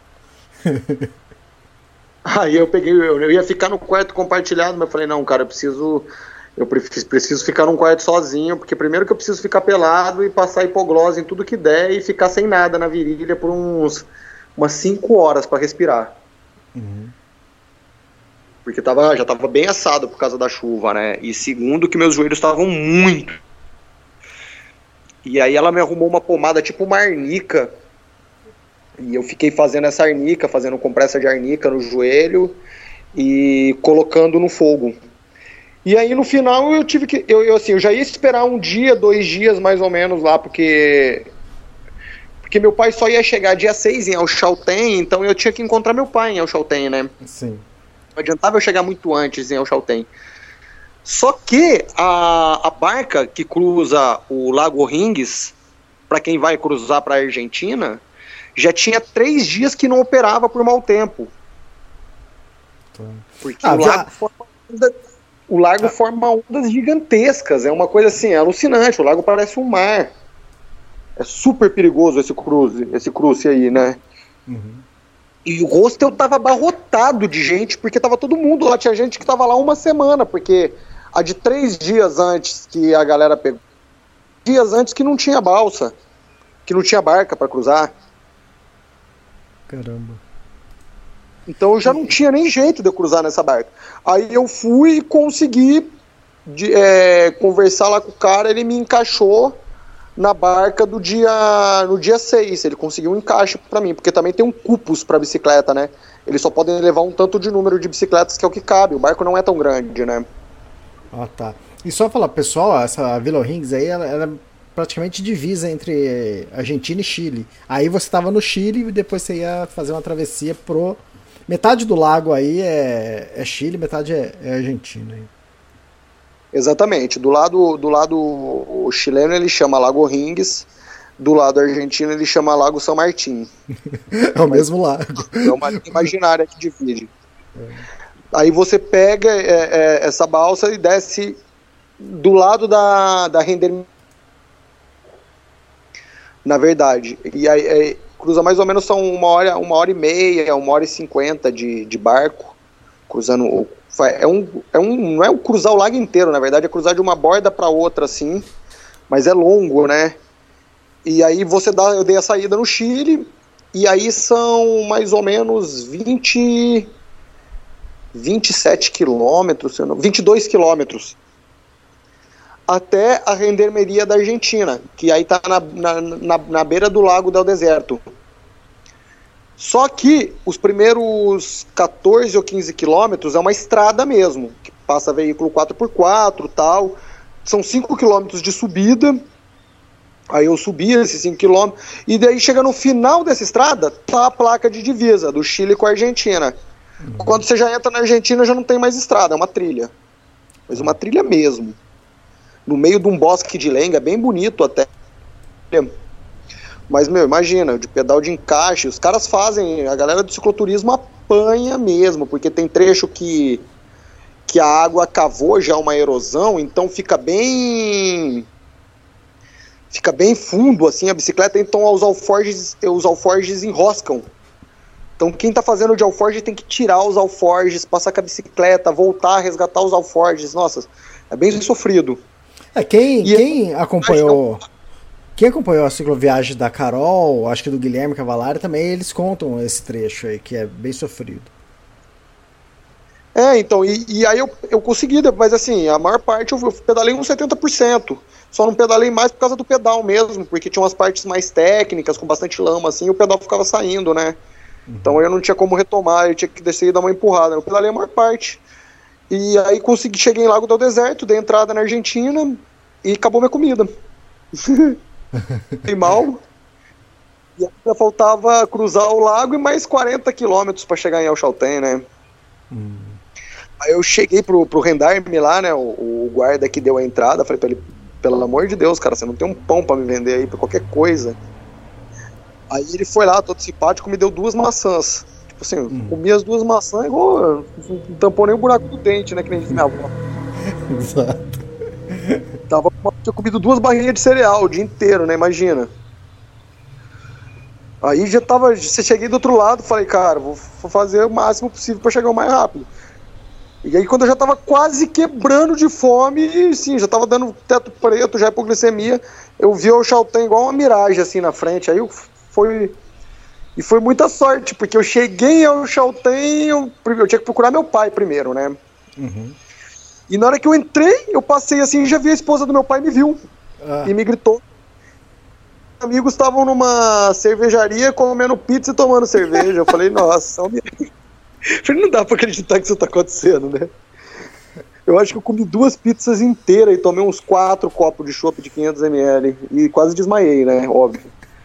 Aí eu ia ficar no quarto compartilhado, mas eu falei, não, cara, eu preciso ficar num quarto sozinho, porque primeiro que eu preciso ficar pelado e passar hipoglose em tudo que der e ficar sem nada na virilha por umas 5 horas pra respirar. Uhum. Porque já tava bem assado por causa da chuva, né? E segundo que meus joelhos estavam muito. E aí ela me arrumou uma pomada tipo uma arnica. E eu fiquei fazendo essa arnica, fazendo compressa de arnica no joelho e colocando no fogo. E aí no final eu tive que... Eu já ia esperar 1 dia, 2 dias mais ou menos lá, porque meu pai só ia chegar dia 6 em El Chaltén, então eu tinha que encontrar meu pai em El Chaltén, né? Sim. Não adiantava eu chegar muito antes em El Chaltén. Só que a barca que cruza o Lago Ringues, para quem vai cruzar para a Argentina, já tinha 3 dias que não operava por mau tempo. Porque o lago forma ondas gigantescas. É uma coisa assim, alucinante. O lago parece um mar. É super perigoso esse cruze aí, né? Uhum. E o hostel tava abarrotado de gente, porque tava todo mundo lá. Tinha gente que tava lá 1 semana, porque a de 3 dias antes que a galera pegou, dias antes que não tinha balsa, que não tinha barca para cruzar. Caramba. Então eu já não tinha nem jeito de eu cruzar nessa barca. Aí eu fui e consegui conversar lá com o cara, ele me encaixou na barca no dia 6, ele conseguiu um encaixe pra mim, porque também tem um cupos pra bicicleta, né? Eles só podem levar um tanto de número de bicicletas que é o que cabe, o barco não é tão grande, né? Ah, tá. E só falar, pessoal, essa Vila Rings aí, ela é praticamente divisa entre Argentina e Chile. Aí você tava no Chile e depois você ia fazer uma travessia pro... Metade do lago aí é Chile, metade é Argentina. Aí. Exatamente. Do lado chileno ele chama Lago Ringues, do lado argentino ele chama Lago São Martín. É o mesmo lago. É uma linha imaginária que divide. Aí você pega essa balsa e desce do lado da Gendarmeria, na verdade. E aí cruza mais ou menos, são 1h30, 1h50 de barco, cruzando. Não é cruzar o lago inteiro, na verdade é cruzar de uma borda para outra, assim, mas é longo, né? E aí eu dei a saída no Chile, e aí são mais ou menos 27 quilômetros, 22 quilômetros, até a Gendarmeria da Argentina, que aí tá na beira do Lago del Deserto. Só que os primeiros 14 ou 15 quilômetros é uma estrada mesmo, que passa veículo 4x4 e tal. São 5 quilômetros de subida. Aí eu subi esses 5 quilômetros. E daí chega no final dessa estrada, tá a placa de divisa do Chile com a Argentina. Quando você já entra na Argentina, já não tem mais estrada, é uma trilha. Mas uma trilha mesmo. No meio de um bosque de lenga, bem bonito até. Mas, imagina, de pedal de encaixe, os caras fazem, a galera do cicloturismo apanha mesmo, porque tem trecho que a água cavou já uma erosão, então fica bem fundo, assim, a bicicleta, então os alforjes enroscam. Então quem tá fazendo de alforge tem que tirar os alforjes, passar com a bicicleta, voltar, resgatar os alforjes, nossa, é bem sofrido. Quem acompanhou a cicloviagem da Carol, acho que do Guilherme Cavallari, também eles contam esse trecho aí, que é bem sofrido. Então, e aí eu consegui, mas assim, a maior parte eu pedalei uns 70%, só não pedalei mais por causa do pedal mesmo, porque tinha umas partes mais técnicas, com bastante lama, assim, e o pedal ficava saindo, né? Então eu não tinha como retomar, eu tinha que descer e dar uma empurrada, eu pedalei a maior parte. E aí cheguei em Lago del Deserto, dei entrada na Argentina e acabou minha comida. Fiquei mal. E ainda faltava cruzar o lago e mais 40 quilômetros para chegar em El Chaltén, né? Aí eu cheguei pro gendarme lá, né? O guarda que deu a entrada, falei pra ele, pelo amor de Deus, cara, você não tem um pão pra me vender aí, pra qualquer coisa. Aí ele foi lá, todo simpático, me deu 2 maçãs. Assim, eu comi as 2 maçãs igual, não tampou nem o buraco do dente, né, que nem diz minha avó. Exato. Tinha comido 2 barrinhas de cereal o dia inteiro, né, imagina. Aí cheguei do outro lado, falei, cara, vou fazer o máximo possível pra chegar o mais rápido. E aí quando eu já tava quase quebrando de fome, e sim, já tava dando teto preto, já hipoglicemia, eu vi o Chaltén igual uma miragem assim na frente, aí foi muita sorte, porque eu cheguei ao Chaltén, eu tinha que procurar meu pai primeiro, né? Uhum. E na hora que eu entrei, eu passei assim, já vi a esposa do meu pai me viu e me gritou. Amigos estavam numa cervejaria comendo pizza e tomando cerveja. Eu falei, nossa, não dá pra acreditar que isso tá acontecendo, né? Eu acho que eu comi 2 pizzas inteiras e tomei uns 4 copos de chopp de 500 ml e quase desmaiei, né? Óbvio.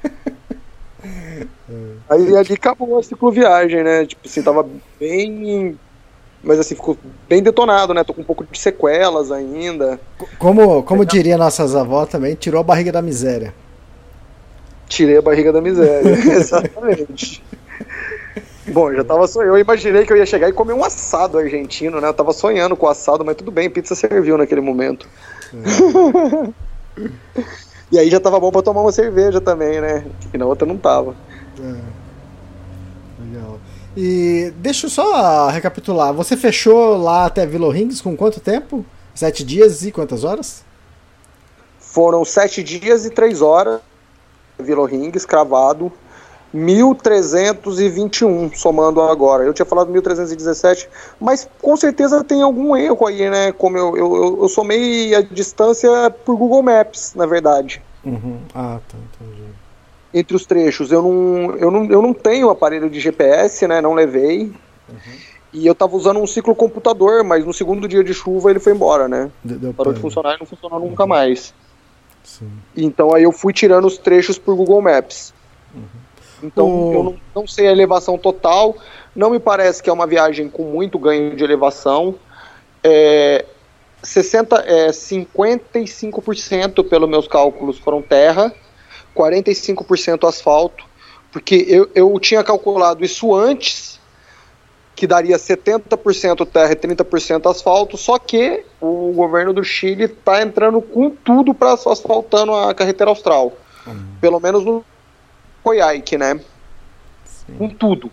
Aí ali acabou a cicloviagem, né? Tipo assim, tava bem... Mas assim, ficou bem detonado, né? Tô com um pouco de sequelas ainda. Como diria nossas avós também, tirou a barriga da miséria. Tirei a barriga da miséria, exatamente. Bom, eu imaginei que eu ia chegar e comer um assado argentino, né? Eu tava sonhando com assado, mas tudo bem, pizza serviu naquele momento. E aí já tava bom pra tomar uma cerveja também, né? Que na outra não tava. Legal. E deixa eu só recapitular, você fechou lá até Vila Rings com quanto tempo? 7 dias e quantas horas? Foram 7 dias e 3 horas. Vila Rings, cravado, 1.321, somando agora. Eu tinha falado 1.317, mas com certeza tem algum erro aí, né? Como eu somei a distância por Google Maps, na verdade. Uhum. Ah, tá, entendi. Entre os trechos. Eu não tenho aparelho de GPS, né? Não levei. Uhum. E eu tava usando um ciclocomputador, mas no segundo dia de chuva ele foi embora, né? Parou de funcionar e não funcionou nunca mais. Sim. Então aí eu fui tirando os trechos por Google Maps. Então eu não sei a elevação total. Não me parece que é uma viagem com muito ganho de elevação. 55% pelos meus cálculos foram terra, 45% asfalto, porque eu tinha calculado isso antes, que daria 70% terra e 30% asfalto, só que o governo do Chile está entrando com tudo para asfaltando a carretera austral. Pelo menos no Coyhaique, né? Sim. Com tudo.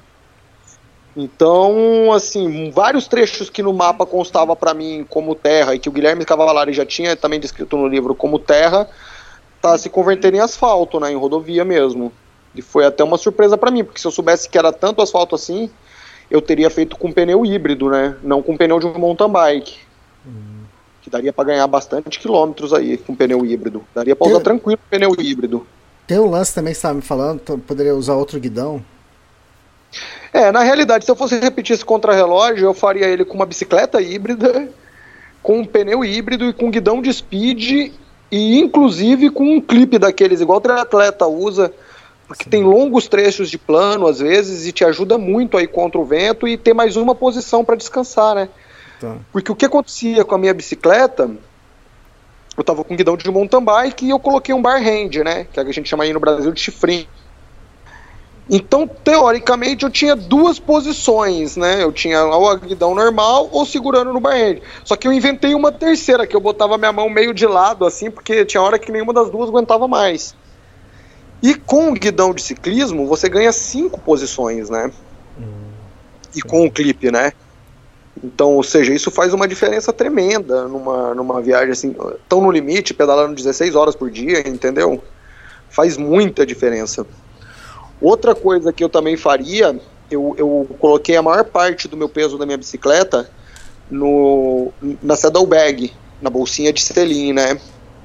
Então, assim, vários trechos que no mapa constava para mim como terra, e que o Guilherme Cavalari já tinha também descrito no livro como terra, tá se convertendo em asfalto, né? Em rodovia mesmo. E foi até uma surpresa para mim, porque se eu soubesse que era tanto asfalto assim, eu teria feito com pneu híbrido, né? Não com pneu de mountain bike. Que daria para ganhar bastante quilômetros aí com pneu híbrido. Daria para usar tranquilo pneu híbrido. Tem um lance também que você estava me falando, poderia usar outro guidão? Na realidade, se eu fosse repetir esse contrarrelógio, eu faria ele com uma bicicleta híbrida, com um pneu híbrido e com guidão de speed, e inclusive com um clipe daqueles, igual o triatleta usa, porque tem longos trechos de plano, às vezes, e te ajuda muito aí contra o vento e ter mais uma posição para descansar, né? Tá. Porque o que acontecia com a minha bicicleta, eu tava com guidão de mountain bike e eu coloquei um bar hand, né? Que a gente chama aí no Brasil de chifrinho. Então, teoricamente, eu tinha 2 posições, né? Eu tinha ou a guidão normal ou segurando no bar hand. Só que eu inventei uma terceira, que eu botava minha mão meio de lado, assim, porque tinha hora que nenhuma das duas aguentava mais. E com o guidão de ciclismo, você ganha 5 posições, né? E com o clipe, né? Então, ou seja, isso faz uma diferença tremenda numa viagem assim, tão no limite, pedalando 16 horas por dia, entendeu? Faz muita diferença. Outra coisa que eu também faria, eu coloquei a maior parte do meu peso da minha bicicleta na saddlebag, na bolsinha de selim, né?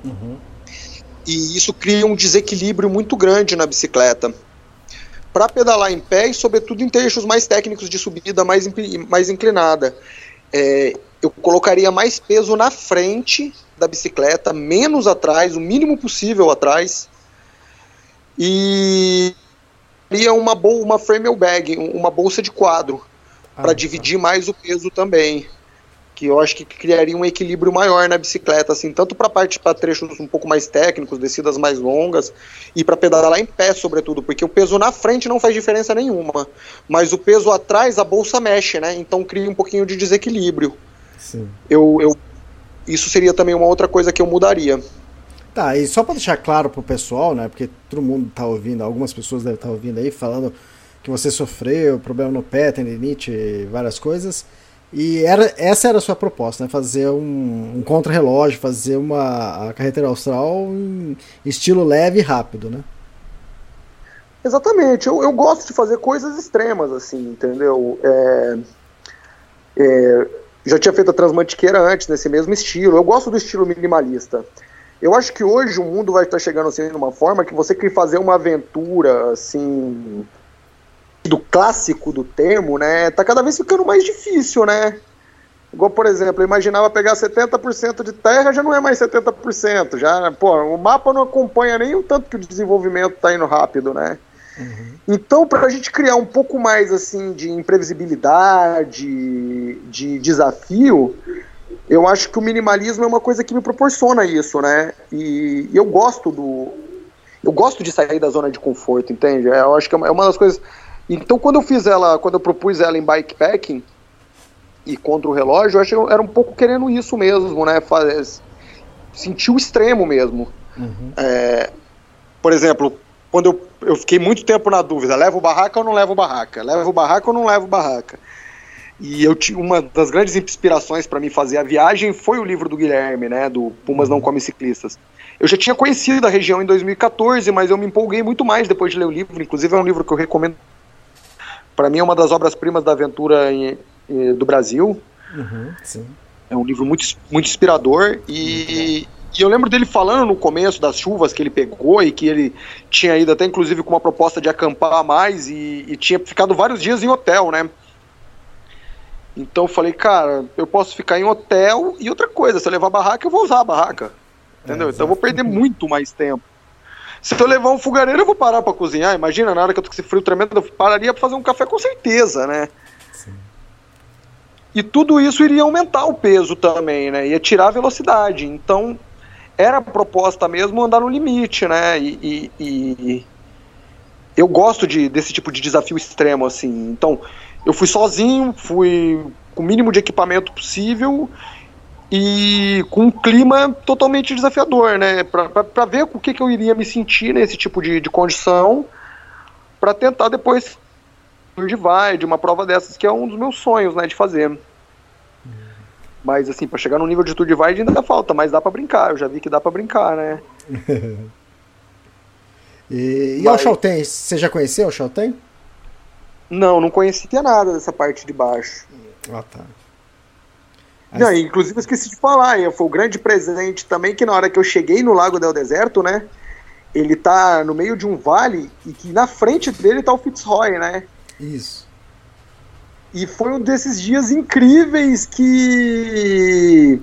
E isso cria um desequilíbrio muito grande na bicicleta. Para pedalar em pé e sobretudo em trechos mais técnicos de subida mais inclinada, eu colocaria mais peso na frente da bicicleta, menos atrás, o mínimo possível atrás, e teria uma frame bag, uma bolsa de quadro, para dividir mais o peso também, que eu acho que criaria um equilíbrio maior na bicicleta, assim, tanto para trechos um pouco mais técnicos, descidas mais longas, e para pedalar em pé, sobretudo, porque o peso na frente não faz diferença nenhuma, mas o peso atrás, a bolsa mexe, né? Então cria um pouquinho de desequilíbrio. Sim. Isso seria também uma outra coisa que eu mudaria. Tá, e só para deixar claro pro pessoal, né? Porque todo mundo tá ouvindo, algumas pessoas devem estar ouvindo aí, falando que você sofreu problema no pé, tendinite, várias coisas. E essa era a sua proposta, né? Fazer um contra-relógio, fazer a carreteira austral em estilo leve e rápido, né? Exatamente, eu gosto de fazer coisas extremas, assim, entendeu? Já tinha feito a Transmantiqueira antes, nesse mesmo estilo. Eu gosto do estilo minimalista. Eu acho que hoje o mundo vai estar chegando assim, de uma forma que você quer fazer uma aventura, assim, do clássico do termo, né, tá cada vez ficando mais difícil, né? Igual, por exemplo, eu imaginava pegar 70% de terra, já não é mais 70%, já, pô, o mapa não acompanha nem o tanto que o desenvolvimento tá indo rápido, né? Uhum. Então, pra gente criar um pouco mais, assim, de imprevisibilidade, de desafio, eu acho que o minimalismo é uma coisa que me proporciona isso, né? E eu gosto de sair da zona de conforto, entende? Eu acho que é uma das coisas. Então, quando eu propus ela em bikepacking e contra o relógio, eu acho que era um pouco querendo isso mesmo, né? Sentir o extremo mesmo. Uhum. Por exemplo, quando eu fiquei muito tempo na dúvida, levo barraca ou não levo barraca? Levo barraca ou não levo barraca? E uma das grandes inspirações para mim fazer a viagem foi o livro do Guilherme, né? Do Pumas Não Come Ciclistas. Eu já tinha conhecido a região em 2014, mas eu me empolguei muito mais depois de ler o livro. Inclusive é um livro que eu recomendo. Para mim é uma das obras-primas da aventura do Brasil. Uhum, sim. É um livro muito, muito inspirador. E eu lembro dele falando no começo das chuvas que ele pegou e que ele tinha ido até inclusive com uma proposta de acampar a mais e tinha ficado vários dias em hotel, né? Então eu falei, cara, eu posso ficar em hotel e outra coisa, se eu levar a barraca, eu vou usar a barraca. Entendeu? Então eu vou perder muito mais tempo. Se eu levar um fogareiro, eu vou parar pra cozinhar. Imagina, na hora que eu tô com esse frio tremendo, eu pararia pra fazer um café com certeza, né? Sim. E tudo isso iria aumentar o peso também, né? Ia tirar a velocidade. Então, era a proposta mesmo andar no limite, né? E eu gosto desse tipo de desafio extremo, assim. Então, eu fui sozinho, fui com o mínimo de equipamento possível e com um clima totalmente desafiador, né, pra ver com o que eu iria me sentir nesse tipo de condição, pra tentar depois Tour Divide, uma prova dessas, que é um dos meus sonhos, né, de fazer. Mas assim, pra chegar no nível de Tour Divide ainda falta, mas dá pra brincar, eu já vi que dá pra brincar, né. E o Chaltén, você já conheceu o Chaltén? Não conhecia nada dessa parte de baixo. Ah, tá. Não, inclusive eu esqueci de falar, foi o grande presente também que na hora que eu cheguei no Lago del Deserto, né, ele tá no meio de um vale e que na frente dele tá o Fitzroy, né? Isso. E foi um desses dias incríveis que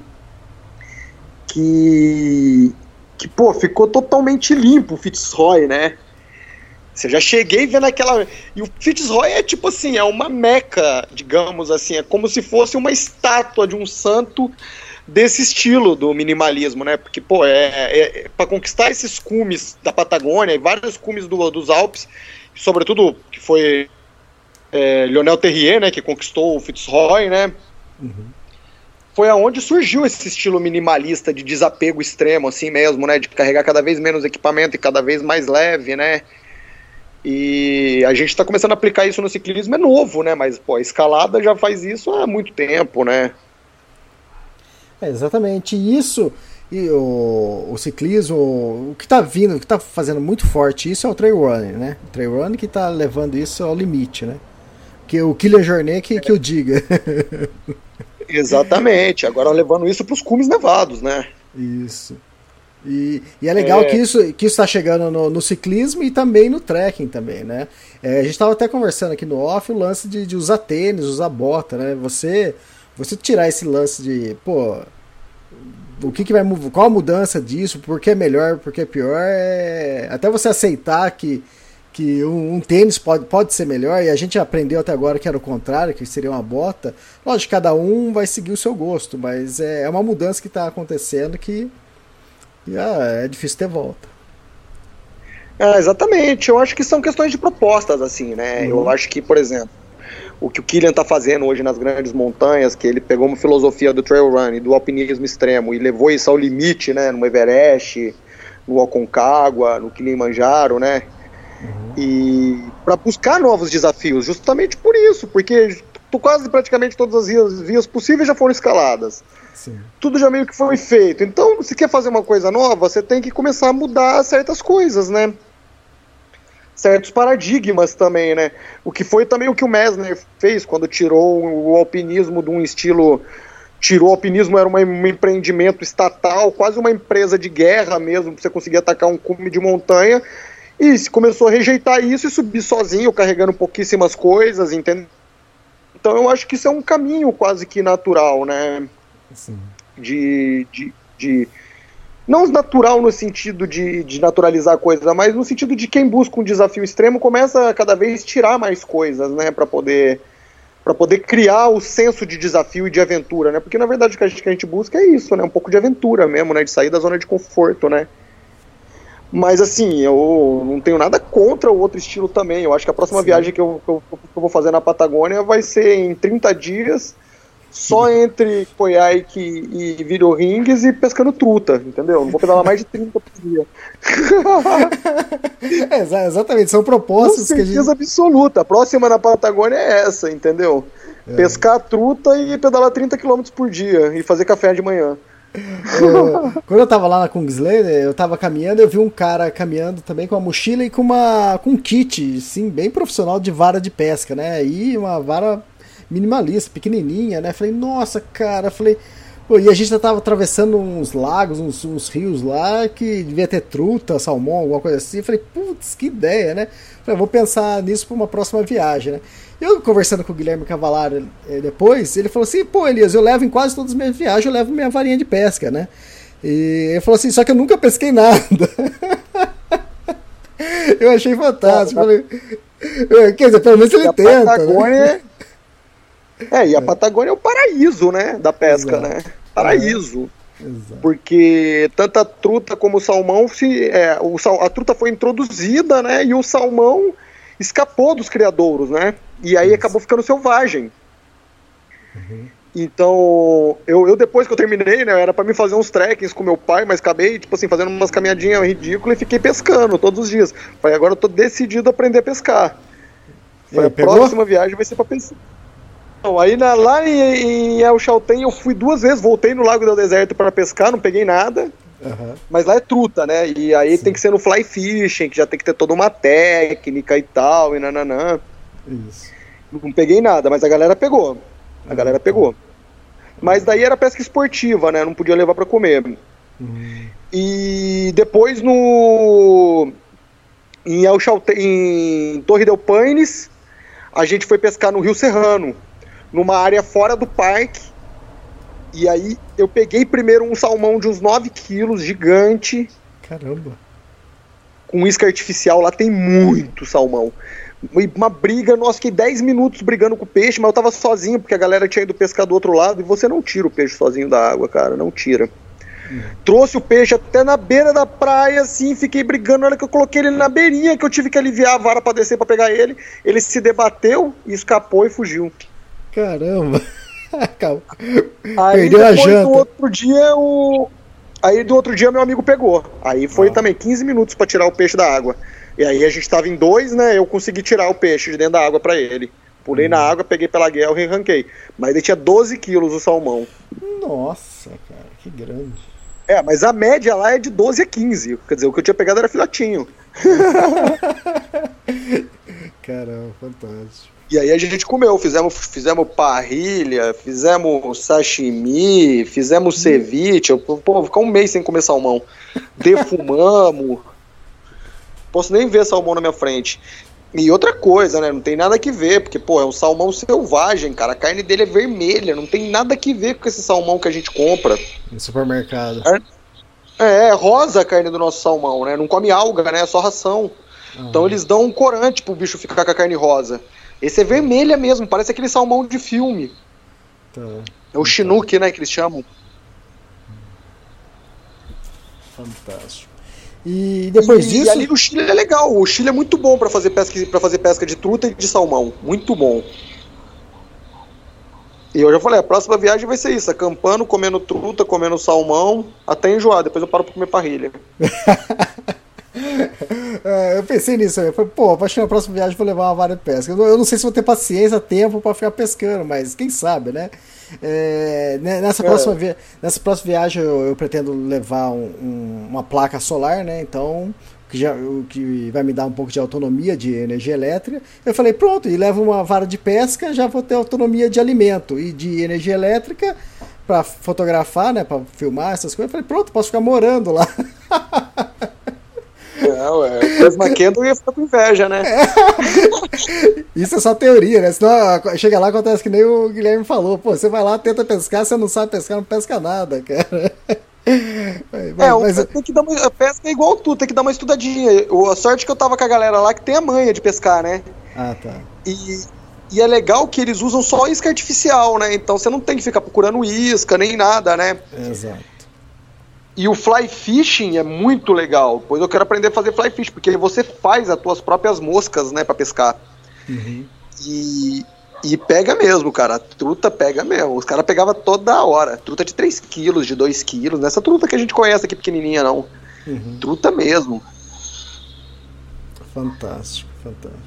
pô, ficou totalmente limpo o Fitzroy, né? Você já cheguei vendo aquela... E o Fitzroy é tipo assim, é uma meca, digamos assim, é como se fosse uma estátua de um santo desse estilo do minimalismo, né? Porque, pô, para conquistar esses cumes da Patagônia e vários cumes dos Alpes, sobretudo que foi Lionel Terrier, né, que conquistou o Fitzroy, né? Uhum. Foi aonde surgiu esse estilo minimalista de desapego extremo, assim mesmo, né? De carregar cada vez menos equipamento e cada vez mais leve, né? E a gente está começando a aplicar isso no ciclismo, é novo, né? Mas, pô, a escalada já faz isso há muito tempo, né? Exatamente. E isso, e o ciclismo, o que está vindo, o que está fazendo muito forte isso é o trail running, né? O trail running que está levando isso ao limite, né? Que o Kilian Jornet que o diga. Exatamente. Agora levando isso para os cumes nevados, né? Isso. E é legal que isso está chegando no ciclismo e também no trekking também, né? A gente estava até conversando aqui no off o lance de usar tênis, usar bota, né? Você tirar esse lance de, pô, o que vai, qual a mudança disso, por que é melhor, por que é pior, até você aceitar que que um tênis pode ser melhor, e a gente aprendeu até agora que era o contrário, que seria uma bota. Lógico, cada um vai seguir o seu gosto, mas é uma mudança que está acontecendo que é difícil ter volta. Exatamente, eu acho que são questões de propostas, assim, né? Eu acho que, por exemplo, o que o Kilian está fazendo hoje nas grandes montanhas, que ele pegou uma filosofia do trail run, do alpinismo extremo, e levou isso ao limite, né? No Everest, no Aconcagua, no Kilimanjaro, né? E para buscar novos desafios, justamente por isso, porque quase praticamente todas as vias possíveis já foram escaladas. Sim. Tudo já meio que foi feito. Então, se quer fazer uma coisa nova, você tem que começar a mudar certas coisas, né? Certos paradigmas também, né? O que foi também o que o Messner fez quando tirou o alpinismo de um estilo... Tirou o alpinismo, era um empreendimento estatal, quase uma empresa de guerra mesmo, pra você conseguir atacar um cume de montanha, e se começou a rejeitar isso e subir sozinho, carregando pouquíssimas coisas, entendeu? Então eu acho que isso é um caminho quase que natural, né? Sim. Não natural no sentido de naturalizar a coisa, mas no sentido de quem busca um desafio extremo começa a cada vez tirar mais coisas, né, para poder criar o senso de desafio e de aventura, né, porque na verdade o que a gente busca é isso, né, um pouco de aventura mesmo, né, de sair da zona de conforto, né. Mas assim, eu não tenho nada contra o outro estilo também. Eu acho que a próxima viagem que eu vou fazer na Patagônia vai ser em 30 dias, só entre Coyhaique e Videorringues e pescando truta, entendeu? Não vou pedalar mais de 30 por dia. Exatamente, são propostas que a gente... absoluta. A próxima na Patagônia é essa, entendeu? Pescar truta e pedalar 30 km por dia e fazer café de manhã. Quando eu tava lá na Kungsleden, eu tava caminhando, eu vi um cara caminhando também com uma mochila e com um kit, sim, bem profissional de vara de pesca, né? E uma vara minimalista, pequenininha, né? Falei, nossa, cara, pô, e a gente já tava atravessando uns lagos, uns rios lá que devia ter truta, salmão, alguma coisa assim. Falei, putz, que ideia, né? Falei, vou pensar nisso para uma próxima viagem, né? Eu conversando com o Guilherme Cavalaro depois, ele falou assim, pô, Elias, eu levo em quase todas as minhas viagens, eu levo minha varinha de pesca, né? E ele falou assim, só que eu nunca pesquei nada. Eu achei fantástico. Falei, quer dizer, pelo menos ele tenta. Patagônia, né? E a Patagônia é o paraíso, né, da pesca, né? Paraíso. Exato. Porque tanto a truta como o salmão, a truta foi introduzida, né, e o salmão escapou dos criadouros, né? E aí acabou ficando selvagem. Então, eu depois que eu terminei, né, era pra mim fazer uns trekkings com meu pai, mas acabei, tipo assim, fazendo umas caminhadinhas ridículas e fiquei pescando todos os dias. Falei, agora eu tô decidido a aprender a pescar. Falei, a próxima viagem vai ser pra pescar. Então, aí lá em El Chaltén eu fui 2 vezes, voltei no Lago do Deserto para pescar, não peguei nada. Mas lá é truta, né? E aí tem que ser no fly fishing, que já tem que ter toda uma técnica e tal, e nananã. Isso. Não peguei nada, mas a galera pegou. A galera pegou. Mas daí era pesca esportiva, né? Não podia levar para comer. E depois em El Chaltén, em Torre del Paine, a gente foi pescar no Rio Serrano, numa área fora do parque. E aí eu peguei primeiro um salmão de uns 9 quilos, gigante. Caramba. Com isca artificial, lá tem muito salmão. Uma briga, nossa, fiquei 10 minutos brigando com o peixe, mas eu tava sozinho, porque a galera tinha ido pescar do outro lado, e você não tira o peixe sozinho da água, cara, não tira. Trouxe o peixe até na beira da praia, assim, fiquei brigando, na hora que eu coloquei ele na beirinha, que eu tive que aliviar a vara pra descer pra pegar ele, ele se debateu, escapou e fugiu. Caramba. Aí perdeu a janta. Do outro dia meu amigo pegou. Aí foi também 15 minutos pra tirar o peixe da água. E aí a gente tava em 2, né? Eu consegui tirar o peixe de dentro da água pra ele. Pulei na água, peguei pela guelra e arranquei. Mas ele tinha 12 quilos o salmão. Nossa, cara, que grande. Mas a média lá é de 12 a 15. Quer dizer, o que eu tinha pegado era filhotinho. Caramba, fantástico. E aí a gente comeu, fizemos parrilha, fizemos sashimi, fizemos ceviche. Vou ficar 1 mês sem comer salmão. Defumamos. Posso nem ver salmão na minha frente. E outra coisa, né? Não tem nada que ver, porque, é um salmão selvagem, cara. A carne dele é vermelha, não tem nada que ver com esse salmão que a gente compra. No supermercado. É rosa a carne do nosso salmão, né? Não come alga, né? É só ração. Então eles dão um corante pro bicho ficar com a carne rosa. Esse é vermelha mesmo, parece aquele salmão de filme. Tá. É o Chinook, né, que eles chamam. Fantástico. E depois disso... E ali no Chile é legal. O Chile é muito bom pra fazer pesca de truta e de salmão. Muito bom. E eu já falei, a próxima viagem vai ser isso, acampando, comendo truta, comendo salmão, até enjoar, depois eu paro pra comer parrilha. Eu pensei nisso, eu falei, pô, acho que na próxima viagem vou levar uma vara de pesca. Eu não sei se vou ter paciência, tempo pra ficar pescando, mas quem sabe, né? Nessa próxima viagem eu pretendo levar uma placa solar, né? Então, o que vai me dar um pouco de autonomia de energia elétrica. Eu falei, pronto, e levo uma vara de pesca, já vou ter autonomia de alimento e de energia elétrica para fotografar, né, para filmar essas coisas. Eu falei, pronto, posso ficar morando lá. Mas Maquendo ia ficar com inveja, né? Isso é só teoria, né? Senão chega lá, acontece que nem o Guilherme falou. Pô, você vai lá, tenta pescar, você não sabe pescar, não pesca nada, cara. Tem que dar a pesca é igual tu, tem que dar uma estudadinha. A sorte que eu tava com a galera lá que tem a manha de pescar, né? Ah, tá. E é legal que eles usam só isca artificial, né? Então você não tem que ficar procurando isca nem nada, né? Exato. E o fly fishing é muito legal, pois eu quero aprender a fazer fly fishing, porque você faz as tuas próprias moscas, né, pra pescar. Uhum. E pega mesmo, cara. A truta pega mesmo. Os caras pegavam toda hora. Truta de 3 quilos, de 2 quilos. Nessa truta que a gente conhece aqui pequenininha, não. Uhum. Truta mesmo. Fantástico, fantástico.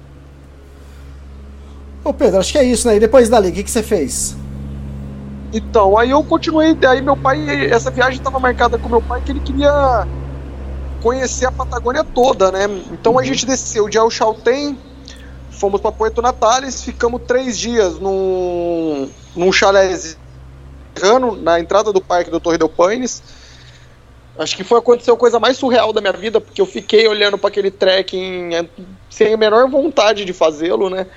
Ô Pedro, acho que é isso, né? E depois dali, o que você fez? Então, aí eu continuei. Daí meu pai, essa viagem estava marcada com meu pai, que ele queria conhecer a Patagônia toda, né? Então a gente desceu de El Chaltén, fomos para Puerto Natales, ficamos 3 dias num chalézinho na entrada do parque do Torre del Paine. Acho que aconteceu a coisa mais surreal da minha vida, porque eu fiquei olhando para aquele trekking sem a menor vontade de fazê-lo, né?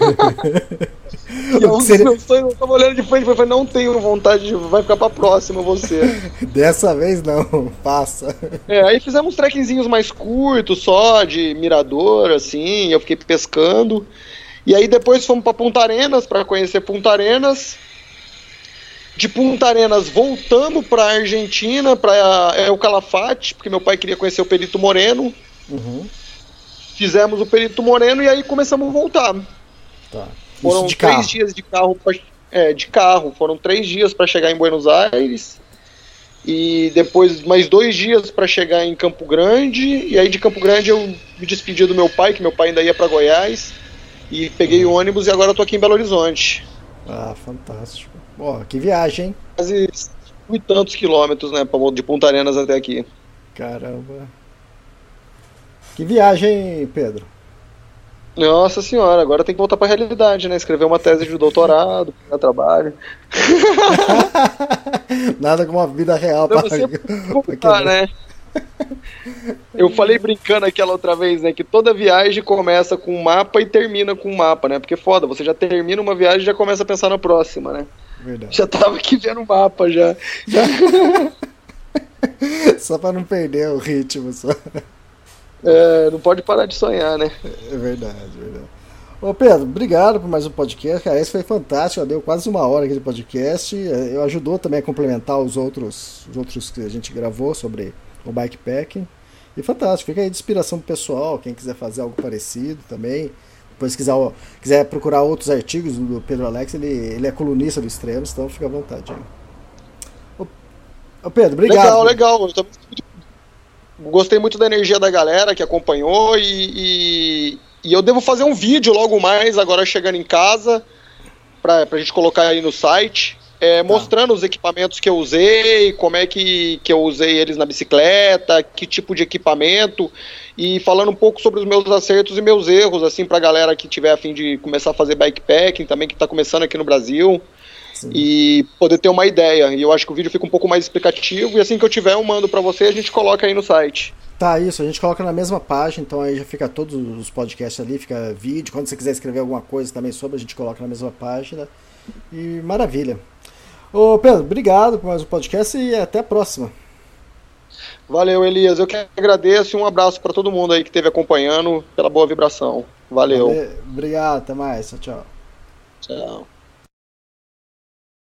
Eu tava olhando de frente e falei, não tenho vontade, vai ficar pra próxima você. Dessa vez não, passa. Aí fizemos trekkingzinhos mais curtos, só de mirador, assim, eu fiquei pescando. E aí depois fomos pra Punta Arenas, pra conhecer Punta Arenas. De Punta Arenas voltamos pra Argentina, pra El Calafate, porque meu pai queria conhecer o Perito Moreno. Uhum. Fizemos o Perito Moreno e aí começamos a voltar. Tá. Foram 3 dias de carro, de carro. Foram 3 dias para chegar em Buenos Aires. E depois mais 2 dias para chegar em Campo Grande. E aí de Campo Grande eu me despedi do meu pai, que meu pai ainda ia para Goiás. E peguei o ônibus e agora eu tô aqui em Belo Horizonte. Ah, fantástico. Pô, que viagem, hein? Quase 100 e tantos quilômetros, né, de Punta Arenas até aqui. Caramba. Que viagem, Pedro. Nossa senhora, agora tem que voltar pra realidade, né? Escrever uma tese de doutorado, pegar trabalho. Nada como uma vida real pra voltar, né? Eu falei brincando aquela outra vez, né? Que toda viagem começa com um mapa e termina com um mapa, né? Porque foda, você já termina uma viagem e já começa a pensar na próxima, né? Verdade. Já tava aqui vendo o mapa, já. Só pra não perder o ritmo, só. Não pode parar de sonhar, né? É verdade, verdade. Ô Pedro, obrigado por mais um podcast, cara. Esse foi fantástico, deu quase 1 hora aqui de podcast. Eu ajudou também a complementar os outros que a gente gravou sobre o bikepacking. E fantástico, fica aí de inspiração pro pessoal, quem quiser fazer algo parecido também. Depois quiser procurar outros artigos do Pedro Alex, ele é colunista do Extremos, então fica à vontade aí. Ô Pedro, obrigado. Legal. Eu também gostei muito da energia da galera que acompanhou e eu devo fazer um vídeo logo mais, agora chegando em casa, pra gente colocar aí no site, mostrando os equipamentos que eu usei, como é que eu usei eles na bicicleta, que tipo de equipamento, e falando um pouco sobre os meus acertos e meus erros, assim, pra galera que tiver a fim de começar a fazer bikepacking também, que tá começando aqui no Brasil. Sim. E poder ter uma ideia. E eu acho que o vídeo fica um pouco mais explicativo. E assim que eu tiver, eu mando pra você, a gente coloca aí no site. Tá, isso, a gente coloca na mesma página. Então aí já fica todos os podcasts ali, fica vídeo. Quando você quiser escrever alguma coisa também sobre, a gente coloca na mesma página. E maravilha. Ô Pedro, obrigado por mais um podcast e até a próxima. Valeu, Elias. Eu que agradeço e um abraço para todo mundo aí que esteve acompanhando, pela boa vibração. Valeu. Obrigado, até mais. Tchau. Tchau.